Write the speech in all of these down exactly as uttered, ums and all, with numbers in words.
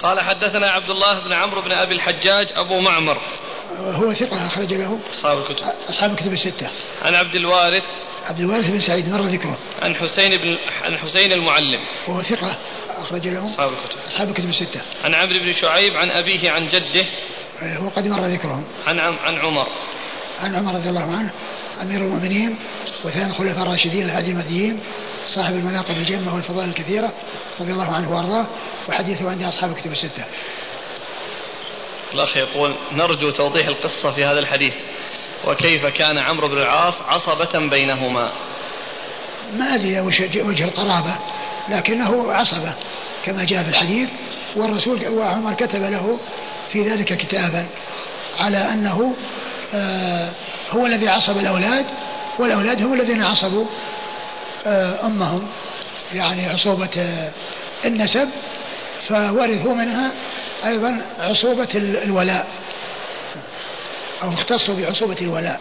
قال حدثنا عبد الله بن عمرو بن أبي الحجاج أبو معمر هو ثقة أخرج له أصحاب الكتب أصحاب الكتب الستة. عن عبد الوارث عبد الوارث بن سعيد مر ذكره. عن حسين بن عن حسين المعلم وهو ثقة أخرج له أصحاب الكتب أصحاب الكتب الستة. عن عمرو بن شعيب عن أبيه عن جده هو قد مر ذكره. عن عن عمر عن عمر رضي الله عنه أمير المؤمنين وثاني الخلفاء الراشدين الهادي المهديين صاحب المناقب الجمة والفضائل الكثيرة رضي الله عنه وأرضاه وحديثه عند أصحاب الكتب الستة. الأخ يقول نرجو توضيح القصة في هذا الحديث وكيف كان عمرو بن العاص عصبة بينهما. ما أدري وجه القرابة لكنه عصبة كما جاء في الحديث والرسول وعمر كتب له في ذلك كتابا على أنه آه هو الذي عصب الأولاد والأولاد هم الذين عصبوا آه أمهم يعني عصوبة آه النسب فورثوا منها أيضا عصوبة الولاء أو اختصوا بعصوبة الولاء.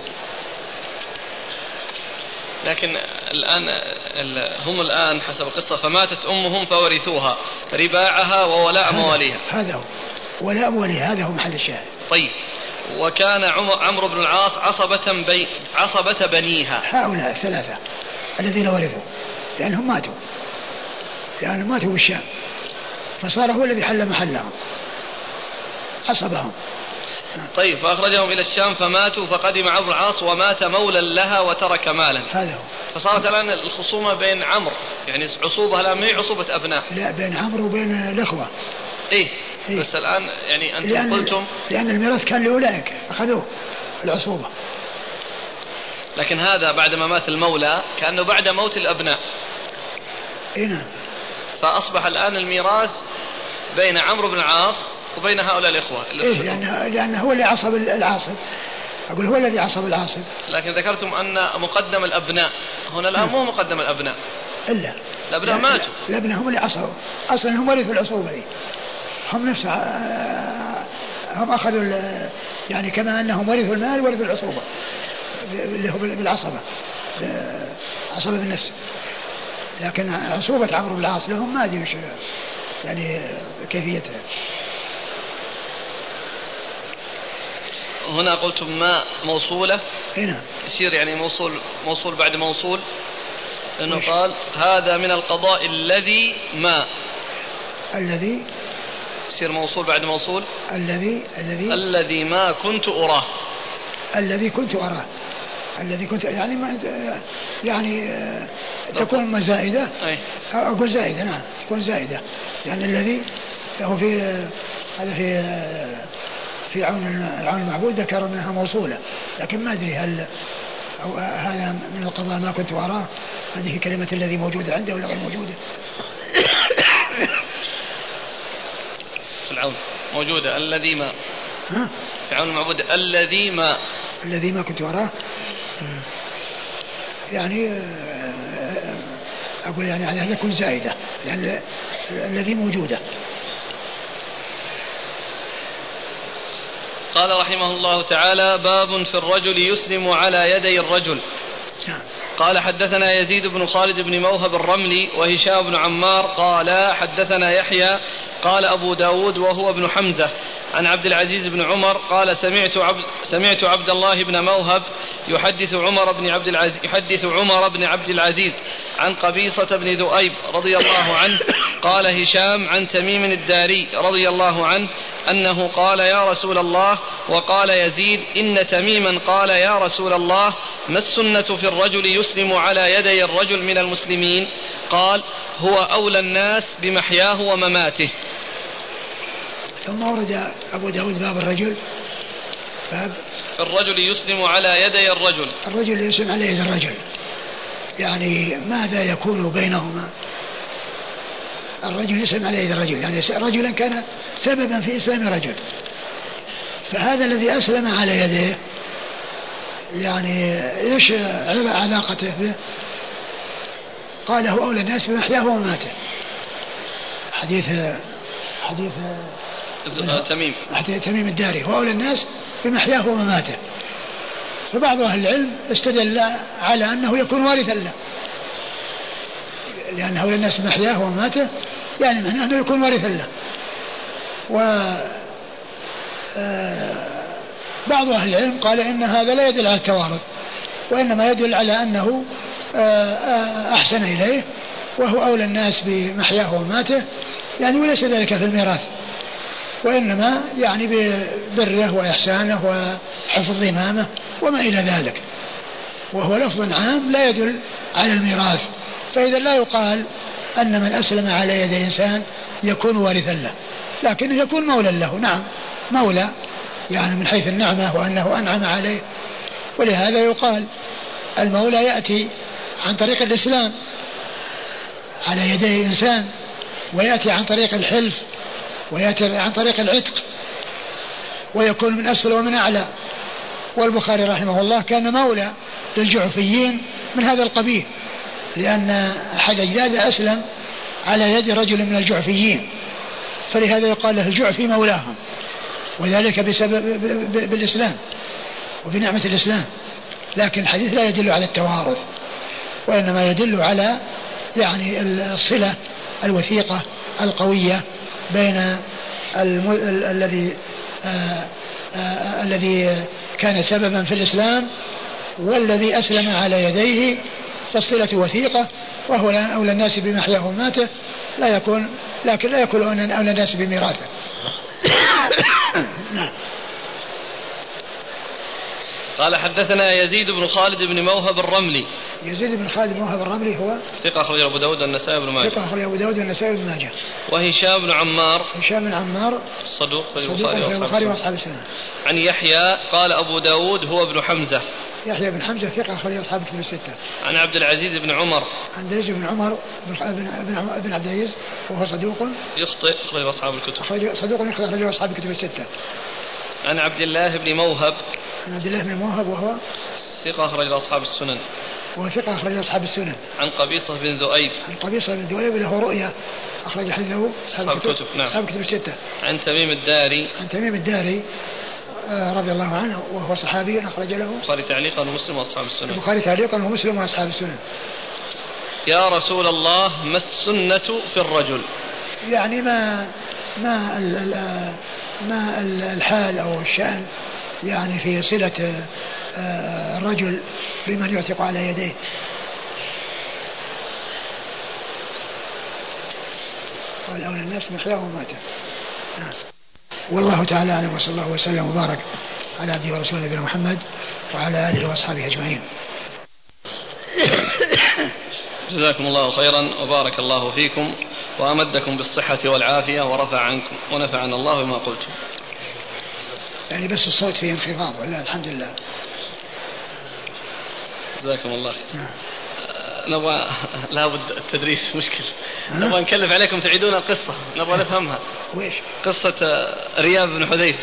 لكن الآن هم الآن حسب القصة فماتت أمهم فورثوها رباعها وولاء مواليها. هذا هو ولاء مواليها هذا هو محل الشاهد. طيب وكان عمرو بن العاص عصبة بي عصبة بنيها هؤلاء الثلاثة الذين ورثوا لأنهم ماتوا لأنهم ماتوا بالشام فصار هو الذي حل محلهم عصبهم. طيب فأخرجهم إلى الشام فماتوا فقدم عمرو بن العاص ومات مولا لها وترك مالا. هذا هو. فصارت الآن الخصومة بين عمرو يعني عصوبة لا ما هي عصوبة أبناء. لا بين عمرو وبين الأخوة. إيه؟, إيه بس الآن يعني أنتم لأن قلتم لأن الميراث كان لأولئك أخذوه العصوبة. لكن هذا بعد ما مات المولى كأنه بعد موت الأبناء. إيه نعم. فأصبح الآن الميراث بين عمرو بن العاص وبين هؤلاء الإخوة. إيه لأنه, لأنه هو اللي عصب العاصب. أقول هو الذي عصب العاصب. لكن ذكرتم أن مقدم الأبناء هنا الآن مو مقدم الأبناء. إلا الأبناء ماتوا. الأبناء هم اللي عصبوا أصلا هم ورثوا العصوبة دي. هم نفس هم أخذوا يعني كما أنهم ورثوا المال ورثوا العصوبة اللي هو بالعصبة عصبة بالنفس. لكن عصوبة عمرو بن العاص لهم ما أدري يعني كيفيتها. هنا قلتم ما موصولة هنا يصير يعني موصول موصول بعد موصول لأنه قال هذا من القضاء الذي ما الذي يصير موصول بعد موصول الذي الذي الذي ما كنت أراه الذي كنت أراه الذي كنت يعني ما يعني تكون مزائدة أقول زائدة نعم تكون زائدة يعني الذي له في هذا في في عون العون المعبود ذكر منها موصولة لكن ما أدري هل أو هذا من القضاء ما كنت أراه هذه كلمة الذي موجودة عنده ولا غير موجودة. في العون موجودة الذي ما ها؟ في عون المعبود الذي ما الذي ما كنت أراه يعني أقول يعني على تكون زائدة لأن الذي موجودة. قال رحمه الله تعالى باب في الرجل يسلم على يدي الرجل. قال حدثنا يزيد بن خالد بن موهب الرملي وهشام بن عمار قال حدثنا يحيى قال أبو داود وهو ابن حمزة عن عبد العزيز بن عمر قال سمعت عبد, سمعت عبد الله بن موهب يحدث عمر بن عبد العزيز يحدث عمر بن عبد العزيز عن قبيصة بن ذؤيب رضي الله عنه قال هشام عن تميم الداري رضي الله عنه أنه قال يا رسول الله وقال يزيد إن تميما قال يا رسول الله ما السنة في الرجل يسلم على يدي الرجل من المسلمين؟ قال هو أولى الناس بمحياه ومماته. ثم ورد أبو داود باب الرجل باب الرجل يسلم على يدي الرجل الرجل يسلم على يد الرجل يعني ماذا يكون بينهما؟ الرجل يسلم على يد الرجل يعني رجلا كان سببا في إسلام رجل فهذا الذي أسلم على يديه يعني إيش علاقته به؟ قال هو أولى الناس بمحياه ومماته. حديث حديث تميم حديث تميم الداري هو أولى الناس بمحياه ومماته. فبعض أهل العلم استدل على أنه يكون وارثا له لأن أولى الناس بمحياه ومماته يعني معناه أنه يكون وارثا له و بعض أهل العلم قال إن هذا لا يدل على التوارث، وإنما يدل على أنه أحسن إليه وهو أولى الناس بمحياه وماته، يعني وليس ذلك في الميراث، وإنما يعني ببره وإحسانه وحفظ إمامه وما إلى ذلك، وهو لفظ عام لا يدل على الميراث. فإذا لا يقال أن من أسلم على يد إنسان يكون وارثا له، لكنه يكون مولى له. نعم مولى يعني من حيث النعمة وأنه أنعم عليه، ولهذا يقال المولى يأتي عن طريق الإسلام على يدي إنسان، ويأتي عن طريق الحلف، ويأتي عن طريق العتق، ويكون من أسفل ومن أعلى. والبخاري رحمه الله كان مولى للجعفيين من هذا القبيل، لأن أحد أجداده أسلم على يد رجل من الجعفيين، فلهذا يقال له الجعفي مولاهم، وذلك بسبب بالإسلام وبنعمة الإسلام. لكن الحديث لا يدل على التوارث، وإنما يدل على يعني الصلة الوثيقة القوية بين الذي الذي كان سببا في الإسلام والذي أسلم على يديه، فالصلة وثيقة، وهو أولى الناس بمحياه وماته، لا يكون لكن لا يكون أولى الناس بميراثه. قال حدثنا يزيد بن خالد بن موهب الرملي. يزيد بن خالد بن موهب الرملي هو ثقة أخرج أبو داود والنسائي بن ماجه. ثقة أخرج أبو داود والنسائي بن ماجه. وهشام بن عمار. هشام بن عمار صدوق في البخاري وأصحاب السنة. عن يحيى قال أبو داود هو ابن حمزة. يحيى بن حمزة ثقة أخرج أصحاب الكتب الستة. عن عبد العزيز بن عمر. عن عبد العزيز بن عمر بن بن بن عبد العزيز وهو صدوق يخطئ أخرج أصحاب الكتب. صدوق أخرج أصحاب الكتب الستة. عن عبد الله بن موهب. عن عبد الله بن موهب وهو ثقة أخرج أصحاب السنن. وثقة أخرج أصحاب السنن. عن قبيصة بن ذؤيب. عن قبيصة بن ذؤيب له رؤيا أخرج حديثه أصحاب الكتب. نعم. أصحاب الكتب الستة. عن تميم الداري. عن تميم الداري آه رضي الله عنه وهو صحابي أخرج له البخاري تعليقا ومسلم وأصحاب السنن. البخاري تعليقا ومسلم وأصحاب السنن. يا رسول الله ما السنة في الرجل؟ يعني ما ما ما الحال أو الشأن يعني في صلة الرجل بمن يعتق على يديه. قال أولى الناس محياه وماته. والله تعالى أعلم، وصلى الله وسلم وبارك على عبده ورسوله نبينا محمد وعلى آله وأصحابه أجمعين. جزاكم الله خيرا وبارك الله فيكم وأمدكم بالصحة والعافية ورفع عنكم ونفعنا الله بما قلتم. يعني بس الصوت فيه انخفاض ولا الحمد لله. جزاكم الله خير. نبغى لابد التدريس مشكلة، نبغى نكلف عليكم تعيدون القصة، نبغى نفهمها. ويش قصة رياب بن حذيفة؟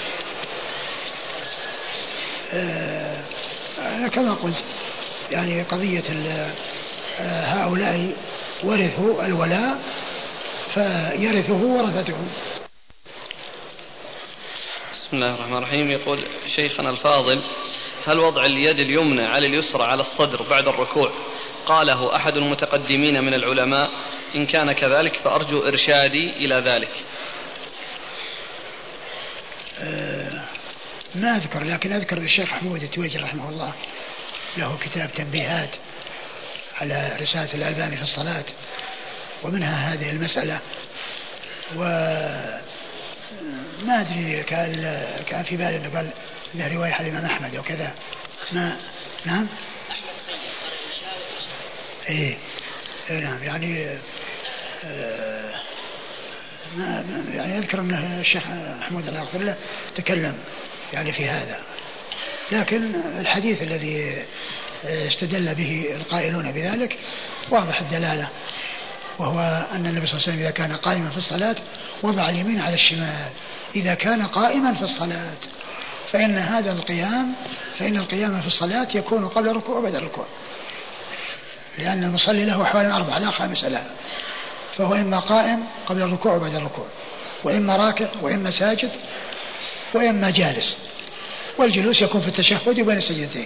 آه أنا كما قلت يعني قضية هؤلاء ورثوا الولاء فيرثه ورثتهم. بسم الله الرحمن الرحيم. يقول شيخنا الفاضل: هل وضع اليد اليمنى على اليسرى على الصدر بعد الركوع قاله أحد المتقدمين من العلماء؟ إن كان كذلك فأرجو إرشادي إلى ذلك. أه ما أذكر، لكن أذكر الشيخ حمود التويجري رحمه الله له كتاب تنبيهات على رسالة الألباني في الصلاة، ومنها هذه المسألة. وما أدري كان, كان في بالي أنه قال له رواية عن الإمام أحمد أو كذا. ما نعم إيه نعم يعني آه ما يعني أذكر أن الشيخ حمود الله يغفر له تكلم يعني في هذا، لكن الحديث الذي استدل به القائلون بذلك واضح الدلالة، وهو أن النبي صلى الله عليه وسلم إذا كان قائما في الصلاة وضع اليمين على الشمال إذا كان قائما في الصلاة، فإن هذا القيام فإن القيام في الصلاة يكون قبل الركوع وبعد الركوع، لأن المصلي له أحوال أربعة لا خامس لها، فهو إما قائم قبل الركوع وبعد الركوع، وإما راكع، وإما ساجد، وإما جالس، والجلوس يكون في التشهد وبين السجدتين.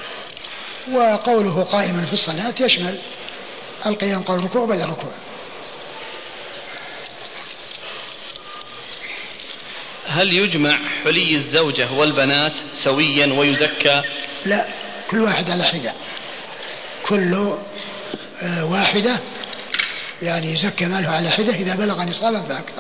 وقوله قائما في الصلاة يشمل القيام قبل الركوع وبعد الركوع. هل يجمع حلي الزوجة والبنات سويا ويزكى؟ لا، كل واحد على حدة، كل واحدة يعني يزكى ماله على حدة إذا بلغ نصابا فأكثر.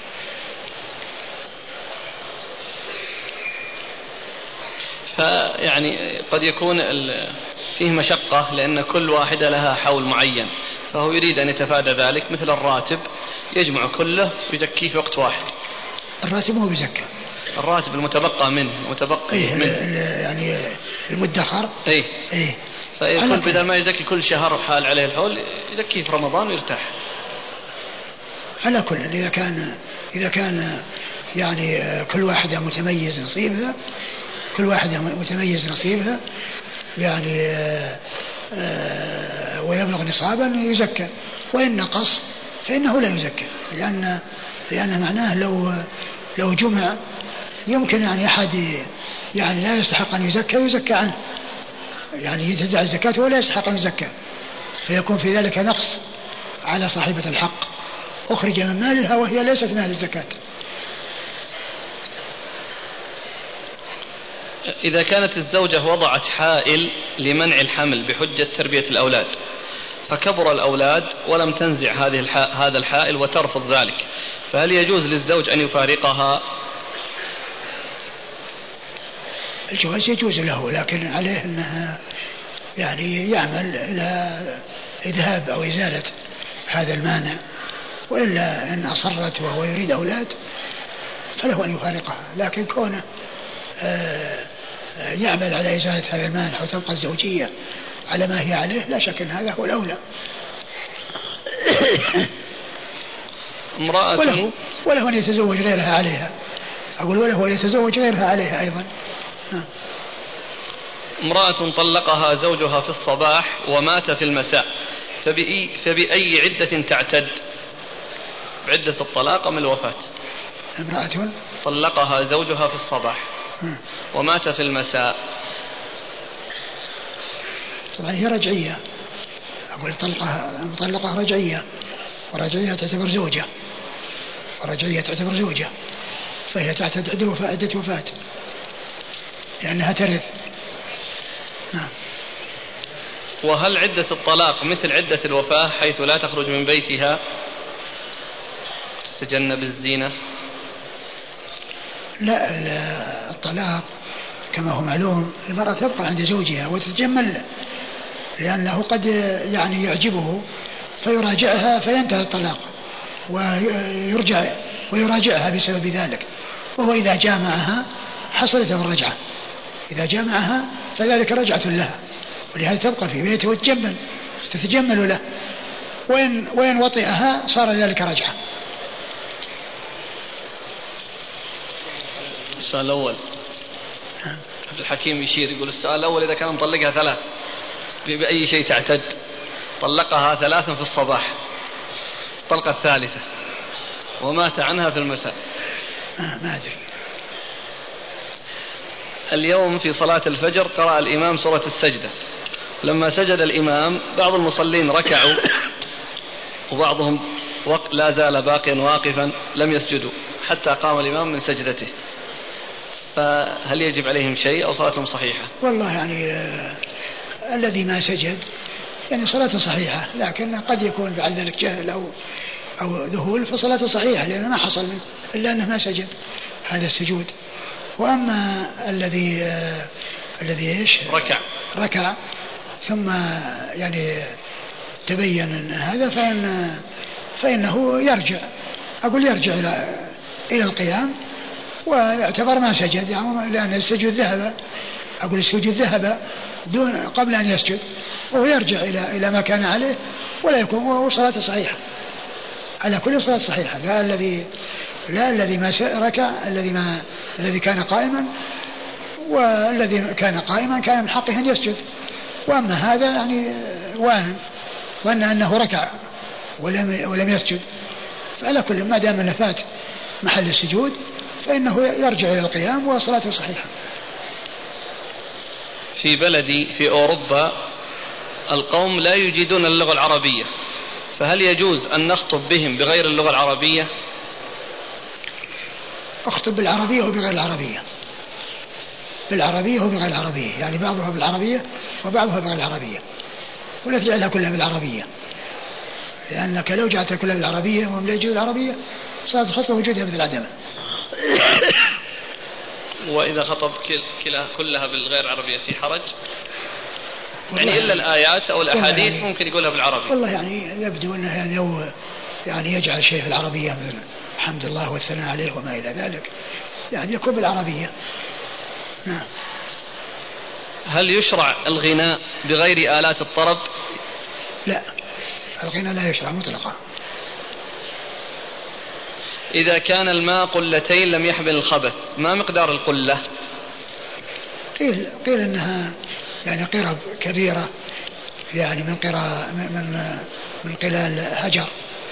فيعني قد يكون فيه مشقة لأن كل واحدة لها حول معين، فهو يريد أن يتفادى ذلك، مثل الراتب يجمع كله ويزكيه في وقت واحد. الراتب هو بيزكى، الراتب المتبقى منه متبقي إيه منه يعني المدخر. إيه إيه فيقول بدل ما يزكي كل شهر حال عليه الحول يزكيه في رمضان ويرتاح. على كل إذا كان إذا كان يعني كل واحدة متميز نصيبها، كل واحدة متميز نصيبها يعني آآ آآ ويبلغ نصابا يزكى، وإن نقص فإنه لا يزكى، لأن لأن معناه لو لو جمع يمكن يعني أحد يعني لا يستحق أن يزكى ويزكى عنه، يعني يتجعل الزكاة ولا يستحق أن يزكى، فيكون في ذلك نقص على صاحبة الحق، أخرج من مالها وهي ليست من أهل الزكاة. إذا كانت الزوجة وضعت حائل لمنع الحمل بحجة تربية الأولاد، فكبر الأولاد ولم تنزع هذه هذا الحائل وترفض ذلك، فهل يجوز للزوج أن يفارقها؟ الجواز يجوز له، لكن عليه أنه يعني يعمل إلى إذهاب أو إزالة هذا المانع، وإلا إن أصرت وهو يريد أولاد فله أن يفارقها، لكن كونه يعمل على إزالة هذا المانع وتبقى الزوجية على ما هي عليه لا شك أن هذا هو الأولى. امرأة وله, وله أن يتزوج غيرها عليها، أقول وله أن يتزوج غيرها عليها أيضا. امرأة طلقها زوجها في الصباح ومات في المساء، فبأي, فبأي عدة تعتد؟ عدة الطلاق أم الوفاة؟ امرأة طلقها زوجها في الصباح ومات في المساء، طبعا هي رجعية، أقول طلقها مطلقة رجعية، ورجعية تعتبر زوجة، ورجعية تعتبر زوجة، فهي تعتد عدة وفاة, عدة وفاة لأنها ترث. نعم. وهل عدة الطلاق مثل عدة الوفاة حيث لا تخرج من بيتها تتجنب الزينة؟ لا، الطلاق كما هو معلوم المرأة تبقى عند زوجها وتتجمل، لأنه قد يعني يعجبه فيراجعها فينتهي الطلاق ويرجع ويراجعها بسبب ذلك، وهو إذا جامعها حصلت له الرجعة، إذا جامعها فذلك رجعة لها، ولهذا تبقى في بيته وتتجمل تتجمل له، وإن, وإن وطئها صار ذلك رجعة. السؤال الأول عبد الحكيم يشير يقول السؤال الأول إذا كان مطلقها ثلاث بأي شيء تعتد؟ طلقها ثلاثا في الصباح، الطلقة الثالثة ومات عنها في المساء. آه ما أدري. اليوم في صلاة الفجر قرأ الإمام سورة السجدة، لما سجد الإمام بعض المصلين ركعوا وبعضهم لا زال باقيا واقفا لم يسجدوا حتى قام الإمام من سجدته، فهل يجب عليهم شيء أو صلاتهم صحيحة؟ والله يعني آه الذي ما سجد يعني صلاته صحيحة، لكن قد يكون بعد ذلك جهل أو أو ذهول فصلاته صحيحة، لأنه ما حصل منه إلا أنه ما سجد هذا السجود. وأما الذي آه الذي إيش ركع ركع ثم يعني تبين أن هذا فإن فإنه يرجع، أقول يرجع إلى إلى القيام ويعتبر ما سجد، يعني لأن السجود ذهب، أقول السجود ذهب دون قبل أن يسجد، وهو يرجع إلى إلى ما كان عليه ولا يكون وصلاته صحيحة على كل صلاة صحيحة، لا الذي لا الذي ما ركع الذي ما الذي كان قائما، والذي كان قائما كان من حقه أن يسجد، وأما هذا يعني وان وأن أنه ركع ولم ولم يسجد، فعلى كل ما دام أنه فات محل السجود فإنه يرجع إلى القيام وصلاته صحيحة. في بلدي في أوروبا القوم لا يجيدون اللغة العربية، فهل يجوز أن نخطب بهم بغير اللغة العربية؟ اخطب بالعربية وبغير العربية، بالعربية وبغير العربية، يعني بعضها بالعربية وبعضها بغير العربية، ولا تجعلها كلها بالعربية، لأنك لو جعلتها كلها بالعربية وهم لا يجوز العربية صارت خطبة وجودها مثل عدمه. وإذا خطب كلها كلها بالغير عربية في حرج؟ يعني إلا الآيات أو الأحاديث يعني ممكن يقولها بالعربي. والله يعني يبدو أنه يعني لو يعني يجعل شيء في العربية مثل الحمد لله والثناء عليه وما إلى ذلك يعني يكون بالعربية. نعم. هل يشرع الغناء بغير آلات الطرب؟ لا، الغناء لا يشرع مطلقا. إذا كان الماء قلتين لم يحمل الخبث ما مقدار القلة؟ قيل, قيل أنها يعني قرب كبيرة، يعني من قرى من من قلال هجر.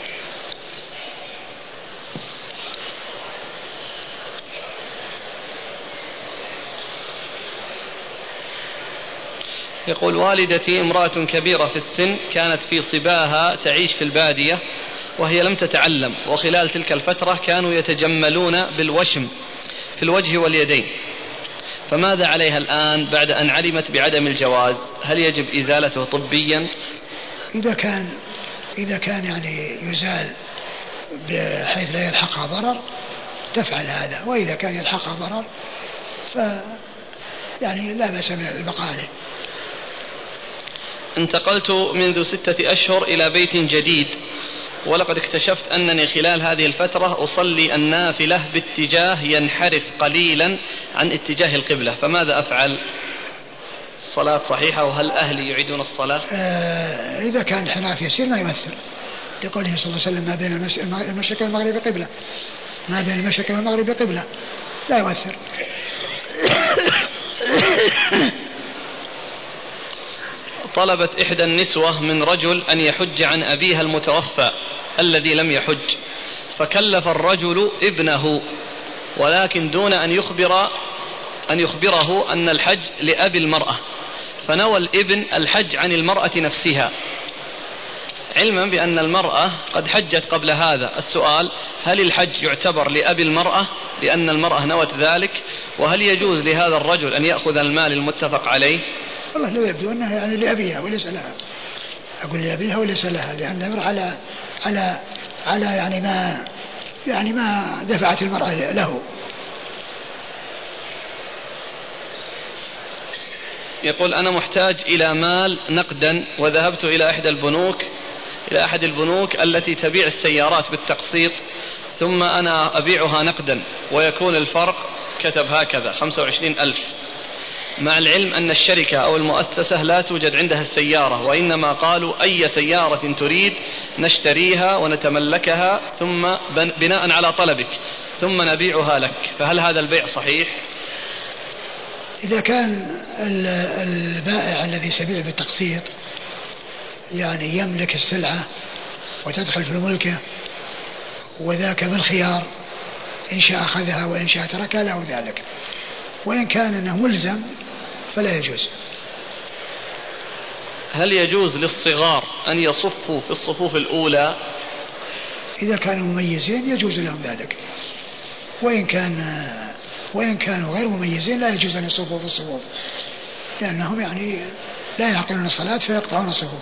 يقول والدتي امرأة كبيرة في السن كانت في صباها تعيش في البادية وهي لم تتعلم، وخلال تلك الفترة كانوا يتجملون بالوشم في الوجه واليدين، فماذا عليها الآن بعد أن علمت بعدم الجواز؟ هل يجب إزالته طبيا؟ إذا كان إذا كان يعني يزال بحيث لا يلحقها ضرر تفعل هذا، وإذا كان يلحقها ضرر ف يعني لا بأس من البقاء عليه. انتقلت منذ ستة أشهر إلى بيت جديد، ولقد اكتشفت أنني خلال هذه الفترة أصلي النافلة باتجاه ينحرف قليلا عن اتجاه القبلة، فماذا أفعل؟ الصلاة صحيحة وهل أهلي يعيدون الصلاة؟ آه إذا كان الانحراف يسير ما يؤثر، لقوله صلى الله عليه وسلم ما بين المشرق والمغرب قبلة، ما بين المشرق والمغرب قبلة، لا يؤثر. طلبت إحدى النسوة من رجل أن يحج عن أبيها المتوفى الذي لم يحج، فكلف الرجل ابنه ولكن دون أن يخبر أن يخبره أن الحج لأبي المرأة، فنوى الابن الحج عن المرأة نفسها علما بأن المرأة قد حجت قبل هذا. السؤال: هل الحج يعتبر لأبي المرأة لأن المرأة نوت ذلك؟ وهل يجوز لهذا الرجل أن يأخذ المال المتفق عليه؟ والله لا يبدو أنه يعني لأبيها وليس لها، أقول لأبيها وليس لها، لأن الأمر على على على يعني ما يعني ما دفعت المرأة له. يقول: أنا محتاج إلى مال نقدا، وذهبت إلى إحدى البنوك إلى أحد البنوك التي تبيع السيارات بالتقسيط، ثم أنا أبيعها نقدا ويكون الفرق كتب هكذا خمسة وعشرين ألف، مع العلم أن الشركة أو المؤسسة لا توجد عندها السيارة، وإنما قالوا أي سيارة تريد نشتريها ونتملكها ثم بناء على طلبك ثم نبيعها لك، فهل هذا البيع صحيح؟ إذا كان البائع الذي سيبيع بالتقسيط يعني يملك السلعة وتدخل في ملكه وذاك بالخيار، إن شاء أخذها وإن شاء تركها له ذلك، وإن كان أنه ملزم فلا يجوز. هل يجوز للصغار أن يصفوا في الصفوف الأولى؟ إذا كانوا مميزين يجوز لهم ذلك، وإن كان وإن كانوا غير مميزين لا يجوز أن يصفوا في الصفوف، لأنهم يعني لا يعقلون الصلاة فيقطعون الصفوف.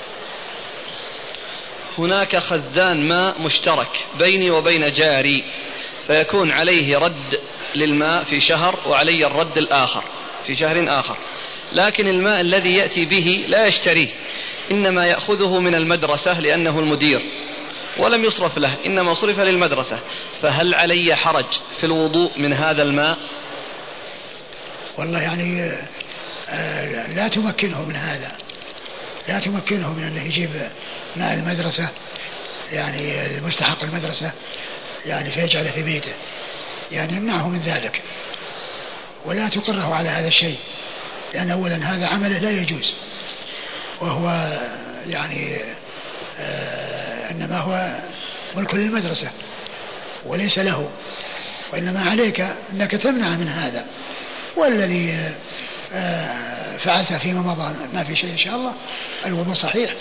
هناك خزان ماء مشترك بيني وبين جاري، فيكون عليه رد للماء في شهر وعلي الرد الآخر في شهر آخر، لكن الماء الذي يأتي به لا يشتريه، إنما يأخذه من المدرسة لأنه المدير، ولم يصرف له إنما صرف للمدرسة، فهل علي حرج في الوضوء من هذا الماء؟ والله يعني لا تمكنه من هذا، لا تمكنه من أنه يجيب ماء المدرسة يعني المستحق المدرسة يعني فيجعله في بيته، يعني يمنعه من ذلك ولا تقره على هذا الشيء، لأن أولا هذا عمله لا يجوز، وهو يعني آه إنما هو ملك للمدرسة وليس له، وإنما عليك أنك تمنع من هذا، والذي آه فعلت فيما مضى ما في شيء إن شاء الله، الوضوء صحيح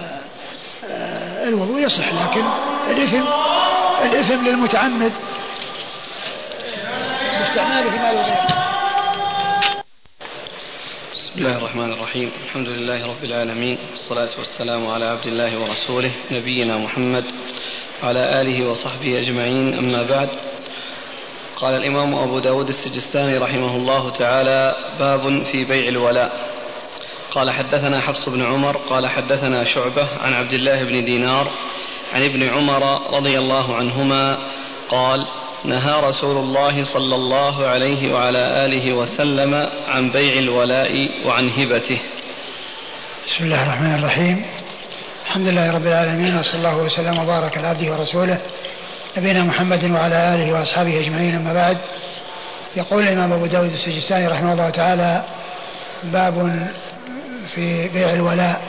والوضوء يصح، لكن الإثم الإثم للمتعمد ماله مال غيره. بسم الله الرحمن الرحيم. الحمد لله رب العالمين، والصلاة والسلام على عبد الله ورسوله نبينا محمد وعلى آله وصحبه أجمعين، أما بعد. قال الإمام أبو داود السجستاني رحمه الله تعالى: باب في بيع الولاء. قال حدثنا حفص بن عمر قال حدثنا شعبة عن عبد الله بن دينار عن ابن عمر رضي الله عنهما قال: نهى رسول الله صلى الله عليه وعلى آله وسلم عن بيع الولاء وعن هبته. بسم الله الرحمن الرحيم. الحمد لله رب العالمين، وصلى الله وسلم وبارك على عبده ورسوله نبينا محمد وعلى آله وأصحابه أجمعين، أما بعد. يقول الإمام أبو داود السجستاني رحمه الله تعالى: باب في بيع الولاء،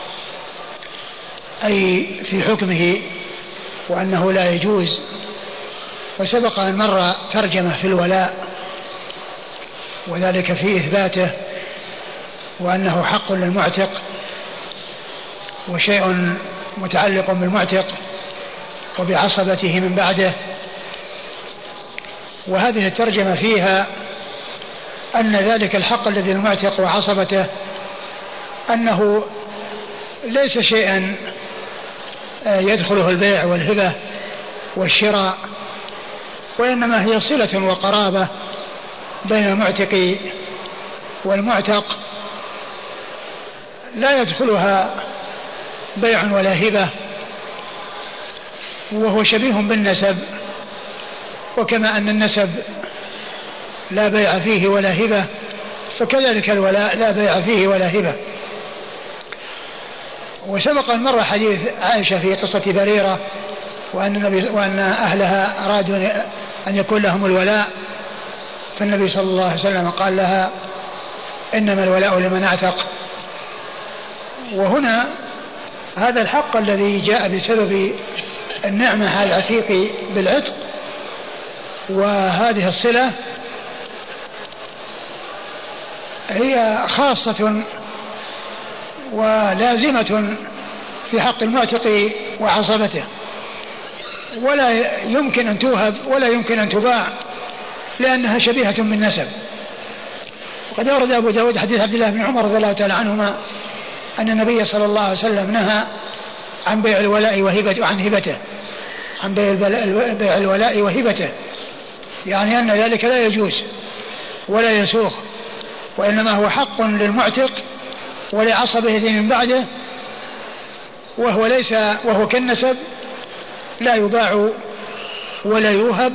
أي في حكمه وأنه لا يجوز. وسبق أن مر ترجمة في الولاء، وذلك في إثباته وأنه حق للمعتق وشيء متعلق بالمعتق وبعصبته من بعده. وهذه الترجمة فيها أن ذلك الحق الذي المعتق وعصبته أنه ليس شيئا يدخله البيع والهبة والشراء، وإنما هي صلة وقرابة بين المعتق والمعتق، لا يدخلها بيع ولا هبة، وهو شبيه بالنسب. وكما أن النسب لا بيع فيه ولا هبة، فكذلك الولاء لا بيع فيه ولا هبة. وسبق أن مر حديث عائشة في قصة بريرة، وأن, النبي وأن أهلها أرادوا أن يكون لهم الولاء، فالنبي صلى الله عليه وسلم قال لها: إنما الولاء لمن اعتق. وهنا هذا الحق الذي جاء بسبب النعمة على العتيق بالعتق، وهذه الصلة هي خاصة ولازمة في حق المعتق وعصبته، ولا يمكن أن توهب ولا يمكن أن تباع، لأنها شبيهة بالنسب. وقد أورد أبو داود حديث عبد الله بن عمر رضي الله تعالى عنهما أن النبي صلى الله عليه وسلم نهى عن بيع الولاء وهبته وعن هبته عن بيع الولاء وهبته، يعني أن ذلك لا يجوز ولا يسوغ، وإنما هو حق للمعتق ولعصبه من بعده، وهو ليس وهو كالنسب لا يباع ولا يوهب.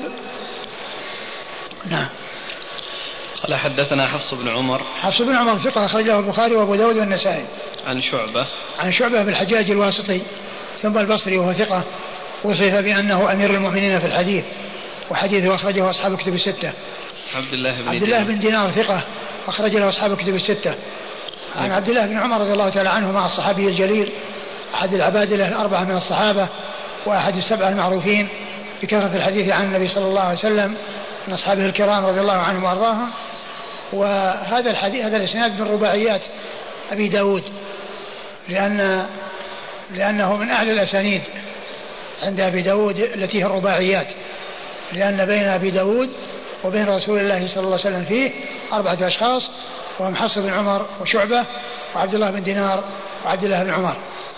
نعم. قال حدثنا حفص بن عمر. حفص بن عمر ثقة أخرجه البخاري وأبو داود والنسائي. عن شعبة. عن شعبة بالحجاج الواسطي ثم البصري، وهو ثقة وصف بأنه أمير المؤمنين في الحديث، وحديثه أخرجه أصحاب كتب الستة. عبد الله بن عبد الله بن دينار ثقة أخرج له أصحاب كتب الستة. عن عبد الله بن عمر رضي الله تعالى عنه مع الصحابي الجليل أحد العبادلة الأربعة من الصحابة وأحد السبعة المعروفين بكثرة الحديث عن النبي صلى الله عليه وسلم من أصحابه الكرام رضي الله عنهم وأرضاهم. وهذا الحديث هذا الإسناد من رباعيات أبي داود، لأن لأنه من أعلى الأسانيد عند أبي داود التي هي الرباعيات، لأن بين أبي داود وبين رسول الله صلى الله عليه وسلم فيه أربعة أشخاص، وهم حفص بن عمر وشعبة وعبد الله بن دينار وعبد الله بن عمر.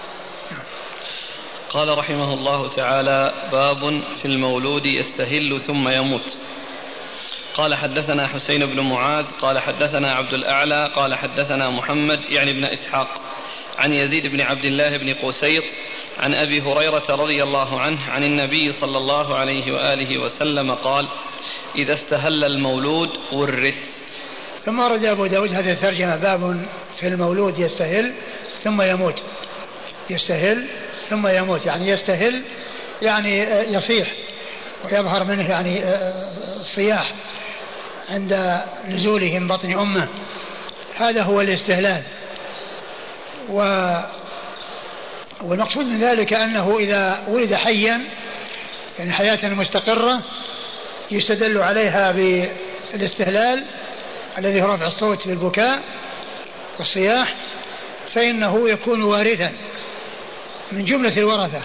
قال رحمه الله تعالى: باب في المولود يستهل ثم يموت. قال حدثنا حسين بن معاذ قال حدثنا عبد الأعلى قال حدثنا محمد يعني بن إسحاق عن يزيد بن عبد الله بن قسيط عن أبي هريرة رضي الله عنه عن النبي صلى الله عليه وآله وسلم قال: إذا استهل المولود ورث. ثم ورد أبو داود هذه الترجمة: باب في المولود يستهل ثم يموت. يستهل ثم يموت، يعني يستهل يعني يصيح ويظهر منه يعني الصياح عند نزوله من بطن أمه، هذا هو الاستهلال. و والمقصود من ذلك أنه إذا ولد حيا يعني حياة مستقرة يستدل عليها بالاستهلال الذي هو رفع الصوت بالبكاء والصياح، فإنه يكون وارثا من جملة الورثة.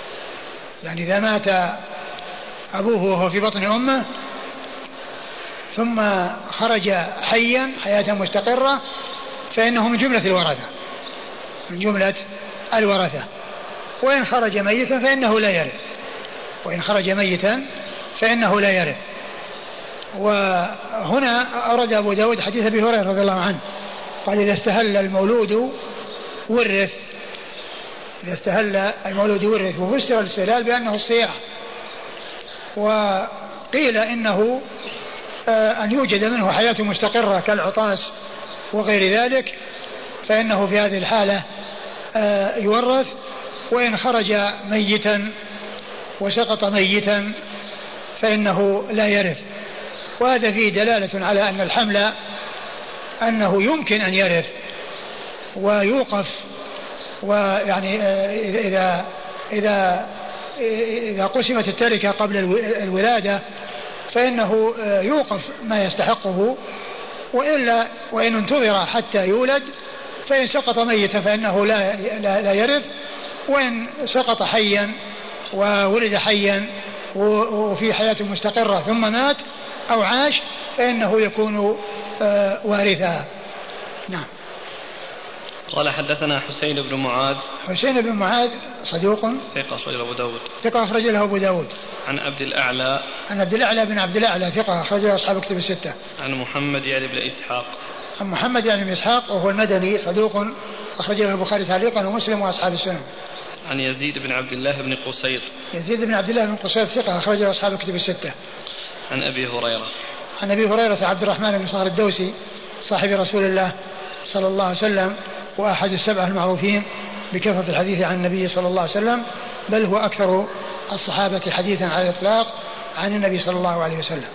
يعني إذا مات أبوه وهو في بطن أمه ثم خرج حيا حياة مستقرة فإنه من جملة الورثة من جملة الورثة. وإن خرج ميتا فإنه لا يرث وإن خرج ميتا فإنه لا يرث. وهنا أورد أبو داود حديث أبي هريرة رضي الله عنه قال إذا استهل المولود ورث إذا استهل المولود ورث. وفسر الاستهلال بأنه الصياح. وقيل إنه أن يوجد منه حياة مستقرة كالعطاس وغير ذلك فإنه في هذه الحالة يورث. وإن خرج ميتا وسقط ميتا فإنه لا يرث. وهذا فيه دلالة على أن الحمل أنه يمكن أن يرث ويوقف. ويعني إذا إذا إذا قسمت التركة قبل الولادة فإنه يوقف ما يستحقه. وإلا وإن انتظر حتى يولد فإن سقط ميتا فإنه لا, لا, لا يرث. وإن سقط حيا وولد حيا وفي حياة مستقرة ثم مات أو عاش فإنه يكون وارثا. نعم. قال حدثنا حسين بن معاذ. حسين بن معاذ صدوق ثقة أخرج له أبو داود. ثقة أخرج له أبو داود. عن عبد الأعلى. عن عبد الأعلى بن عبد الأعلى ثقة أخرج له أصحاب كتب الستة. عن محمد يعني بن إسحاق. عن محمد يعني بن إسحاق وهو المدني صدوق أخرج له البخاري تعليقا ومسلم وأصحاب السنن. عن يزيد بن عبد الله بن قصيط. يزيد بن عبد الله بن قصيط ثقة أخرج له أصحاب كتب الستة. عن أبي هريرة. عن أبي هريرة عبد الرحمن بن صخر الدوسي صاحب رسول الله صلى الله عليه وسلم وأحد السبعة المعروفين بكثرة الحديث عن النبي صلى الله عليه وسلم بل هو أكثر الصحابة حديثا على الإطلاق عن النبي صلى الله عليه وسلم.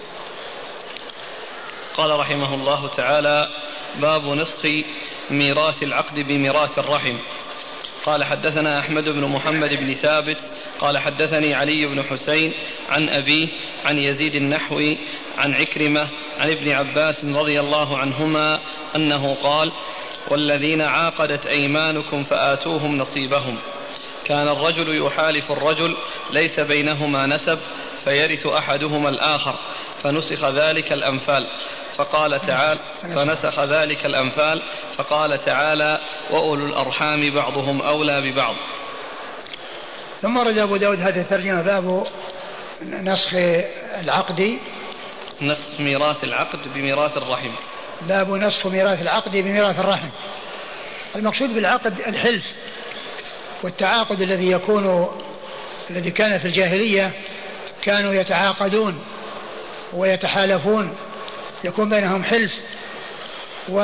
قال رحمه الله تعالى باب نسخ ميراث العقد بميراث الرحم. قال حدثنا أحمد بن محمد بن ثابت قال حدثني علي بن حسين عن أبيه عن يزيد النحوي عن عكرمة عن ابن عباس رضي الله عنهما أنه قال والذين عاقدت أيمانكم فآتوهم نصيبهم. كان الرجل يحالف الرجل ليس بينهما نسب فيرث أحدهما الآخر فنسخ ذلك الأنفال فقال تعالى فنسخ ذلك الأنفال فقال تعالى وأولو الأرحام بعضهم أولى ببعض. ثم رد أبو داود هذه الترجمة باب نسخ العقد نسخ ميراث العقد بميراث الرحم. باب نسخ ميراث العقد بميراث الرحم. المقصود بالعقد الحلف والتعاقد الذي يكون الذي كان في الجاهلية كانوا يتعاقدون ويتحالفون يكون بينهم حلف و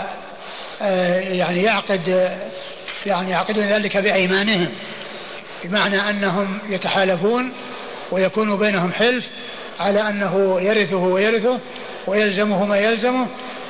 يعني يعقد يعني يعقدون ذلك بأيمانهم بمعنى أنهم يتحالفون ويكون بينهم حلف على أنه يرثه ويرثه ويلزمه ما يلزمه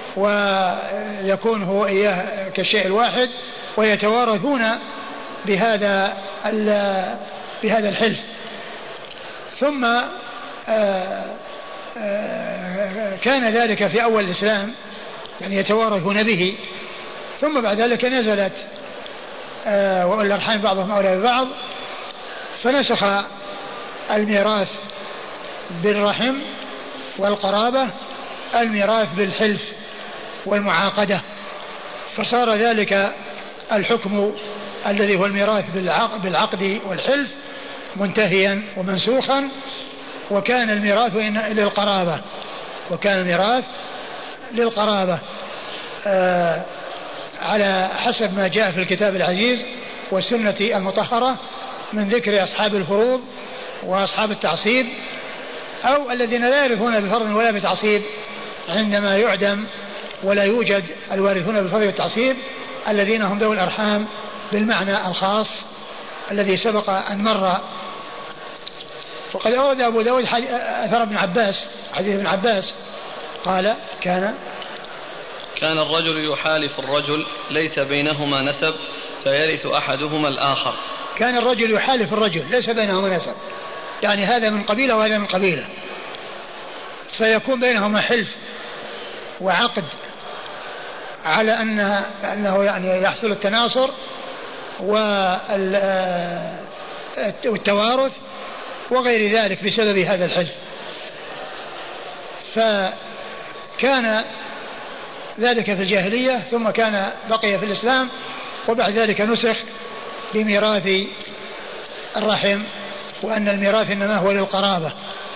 ويكون هو إياه كالشيء الواحد ويتوارثون بهذا بهذا الحلف. ثم آآ آآ كان ذلك في أول الإسلام يعني يتوارثون به. ثم بعد ذلك نزلت وأولي الأرحام بعضهم أولى ببعض فنسخ الميراث بالرحم والقرابة الميراث بالحلف والمعاقدة فصار ذلك الحكم الذي هو الميراث بالعقد والحلف منتهيا ومنسوخا وكان الميراث للقرابة وكان الميراث للقرابة آه على حسب ما جاء في الكتاب العزيز والسنة المطهرة من ذكر أصحاب الفروض وأصحاب التعصيب أو الذين لا يرثون بفرض ولا بتعصيب عندما يعدم ولا يوجد الوارثون بالفرض والتعصيب الذين هم ذوي الأرحام بالمعنى الخاص الذي سبق أن مر. وقد أورد أبو داود أثر ابن عباس حديث ابن عباس قال كان كان الرجل يحالف الرجل ليس بينهما نسب فيرث أحدهما الآخر. كان الرجل يحالف الرجل ليس بينهما نسب يعني هذا من قبيلة وهذا من قبيلة فيكون بينهما حلف وعقد على أن أنه يعني يحصل التناصر والتوارث وغير ذلك بسبب هذا الحلف. كان ذلك في الجاهلية ثم كان بقي في الإسلام، وبعد ذلك نسخ بميراث الرحم، وأن الميراث إنما هو للقرابة.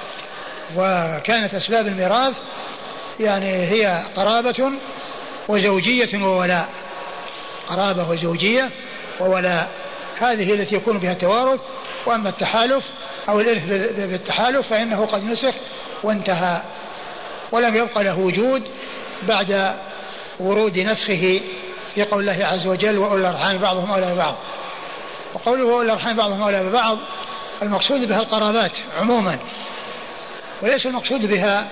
وكانت أسباب الميراث يعني هي قرابة وزوجية وولاء، قرابة وزوجية وولاء، هذه التي يكون بها التوارث. وأما التحالف أو الإرث بالتحالف فإنه قد نسخ وانتهى، ولم يبقى له وجود بعد ورود نسخه في قول الله عز وجل وأولي الأرحام بعضهم أولى ببعض. وقوله وأولي الأرحام بعضهم أولى ببعض المقصود بها القرابات عموما، وليس المقصود بها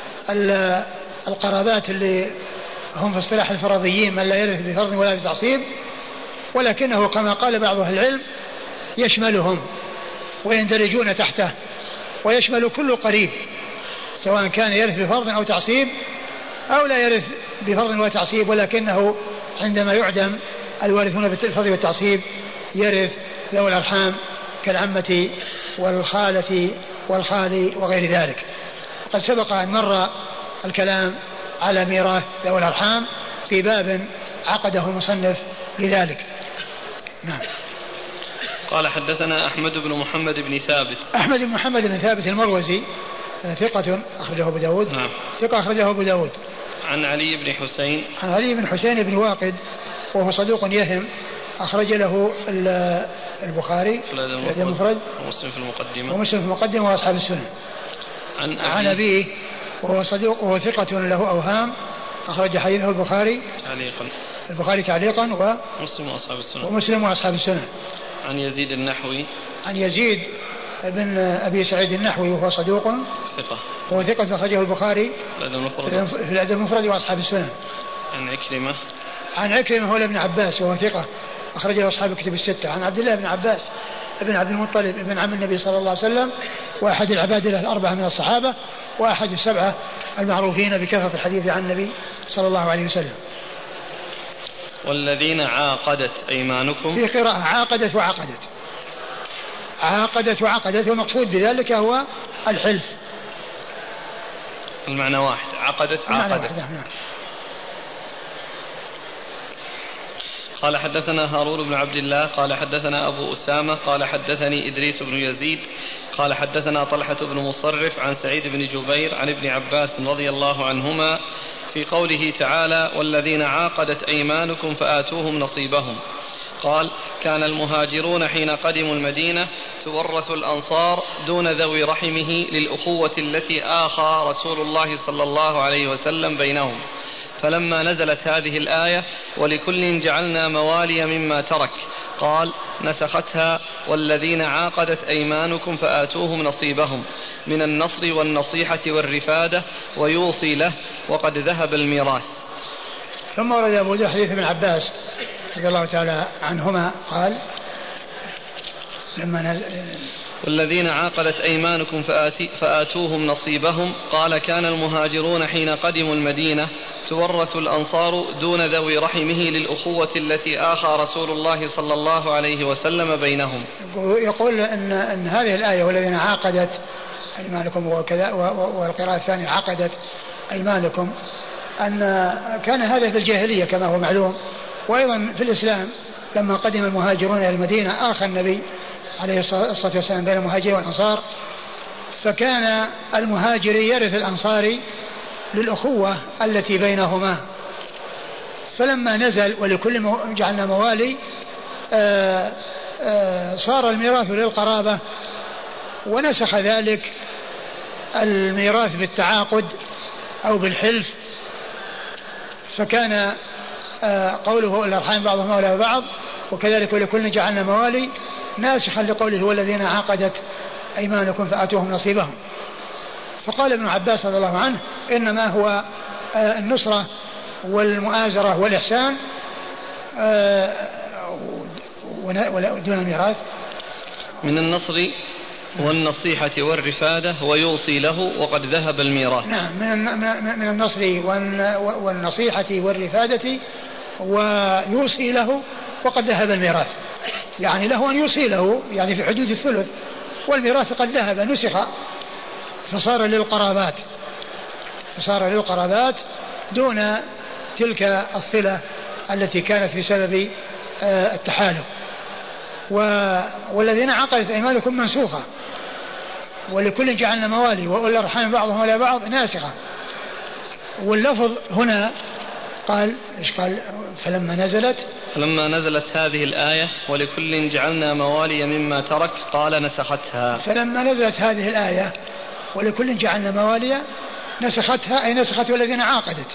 القرابات اللي هم في اصطلاح الفرضيين من لا يرث بفرض ولا بتعصيب، ولكنه كما قال بعض أهل العلم يشملهم ويندرجون تحته، ويشمل كل قريب سواء كان يرث بفرض أو تعصيب أو لا يرث بفرض ولا تعصيب، ولكنه عندما يعدم الوارثون بالفرض والتعصيب يرث ذوي الأرحام كالعمة والخالة والخال وغير ذلك. قد سبق أن مر الكلام على ميراث ذوي الأرحام في باب عقده المصنف لذلك. نعم. قال حدثنا أحمد بن محمد بن ثابت. أحمد بن محمد بن ثابت المروزي ثقة أخرجه أبو داود. نعم. ثقة أخرجه أبو داود. عن علي بن حسين. عن علي بن حسين بن واقد وهو صدوق يهم، أخرج له البخاري في الأدب المفرد ومسلم في المقدمة ومسلم في المقدمة وأصحاب السنن. عن, عن أبيه وهو صدوق وهو ثقة له أوهام، أخرج حديثه البخاري تعليقا البخاري تعليقا ومسلم وأصحاب السنن ومسلم وأصحاب السنن. عن يزيد النحوي. عن يزيد بن أبي سعيد النحوي وهو صدوق ثقة وهو ثقة أخرجه البخاري في الأدب المفرد وأصحاب السنن. عن عكرمة. عن عكرمة هو ابن عباس وهو ثقة أخرجه أصحاب الكتب الستة. عن عبد الله بن عباس ابن عبد المطلب ابن عم النبي صلى الله عليه وسلم، وأحد العباد له الأربعة من الصحابة، وأحد السبعة المعروفين بكثرة الحديث عن النبي صلى الله عليه وسلم. والذين عاقدت أيمانكم. في قراءة عاقدت وعقدت، عاقدت وعقدت، والمقصود بذلك هو الحلف. المعنى واحد، عقدت عاقدت. قال حدثنا هارون بن عبد الله قال حدثنا أبو أسامة قال حدثني إدريس بن يزيد قال حدثنا طلحة بن مصرف عن سعيد بن جبير عن ابن عباس رضي الله عنهما في قوله تعالى والذين عاقدت أيمانكم فآتوهم نصيبهم. قال كان المهاجرون حين قدموا المدينة تورث الأنصار دون ذوي رحمه للأخوة التي آخى رسول الله صلى الله عليه وسلم بينهم، فلما نزلت هذه الآية ولكل جعلنا موالي مما ترك قال نسختها والذين عاقدت أيمانكم فآتوهم نصيبهم من النصر والنصيحة والرفادة ويوصي له وقد ذهب الميراث. ثم ورد أبو داود حديث ابن عباس رضي الله تعالى عنهما قال لما نزل والذين عاقدت أيمانكم فآتوهم نصيبهم قال كان المهاجرون حين قدموا المدينة تورث الأنصار دون ذوي رحمه للأخوة التي آخى رسول الله صلى الله عليه وسلم بينهم. يقول إن, إن هذه الآية والذين عاقدت أيمانكم وكذا، والقراءة الثانية عقدت أيمانكم، أن كان هذا في الجاهلية كما هو معلوم، وأيضا في الإسلام لما قدم المهاجرون إلى المدينة آخى النبي عليه الصلاة والسلام بين المهاجرين والأنصار، فكان المهاجر يرث الأنصاري للأخوة التي بينهما، فلما نزل ولكل جعلنا موالي آآ آآ صار الميراث للقرابة، ونسخ ذلك الميراث بالتعاقد أو بالحلف، فكان قوله الأرحام بعضهم أولى ببعض وكذلك ولكل جعلنا موالي ناسخا لقوله والذين عاقدت أيمانكم فآتوهم نصيبهم. فقال ابن عباس رضي الله عنه إنما هو النصرة والمؤازرة والإحسان دون الميراث من النصر والنصيحة والرفادة ويوصي له وقد ذهب الميراث. نعم من النصر والنصيحة والرفادة ويوصي له وقد ذهب الميراث، يعني له أن يوصي له يعني في حدود الثلث، والميراث قد ذهب نسخ فصار للقرابات فصار للقرابات دون تلك الصلة التي كانت بسبب التحالف. والذين عقدت أيمانكم منسوخة ولكل جعلنا موالي وأولي الأرحام بعضهم على بعض ناسخة. واللفظ هنا قال إيش قال فلما نزلت فلما نزلت هذه الآية ولكل جعلنا موالي مما ترك قال نسختها. فلما نزلت هذه الآية ولكل جعلنا موالي نسختها أي نسخت والذين عاقدت.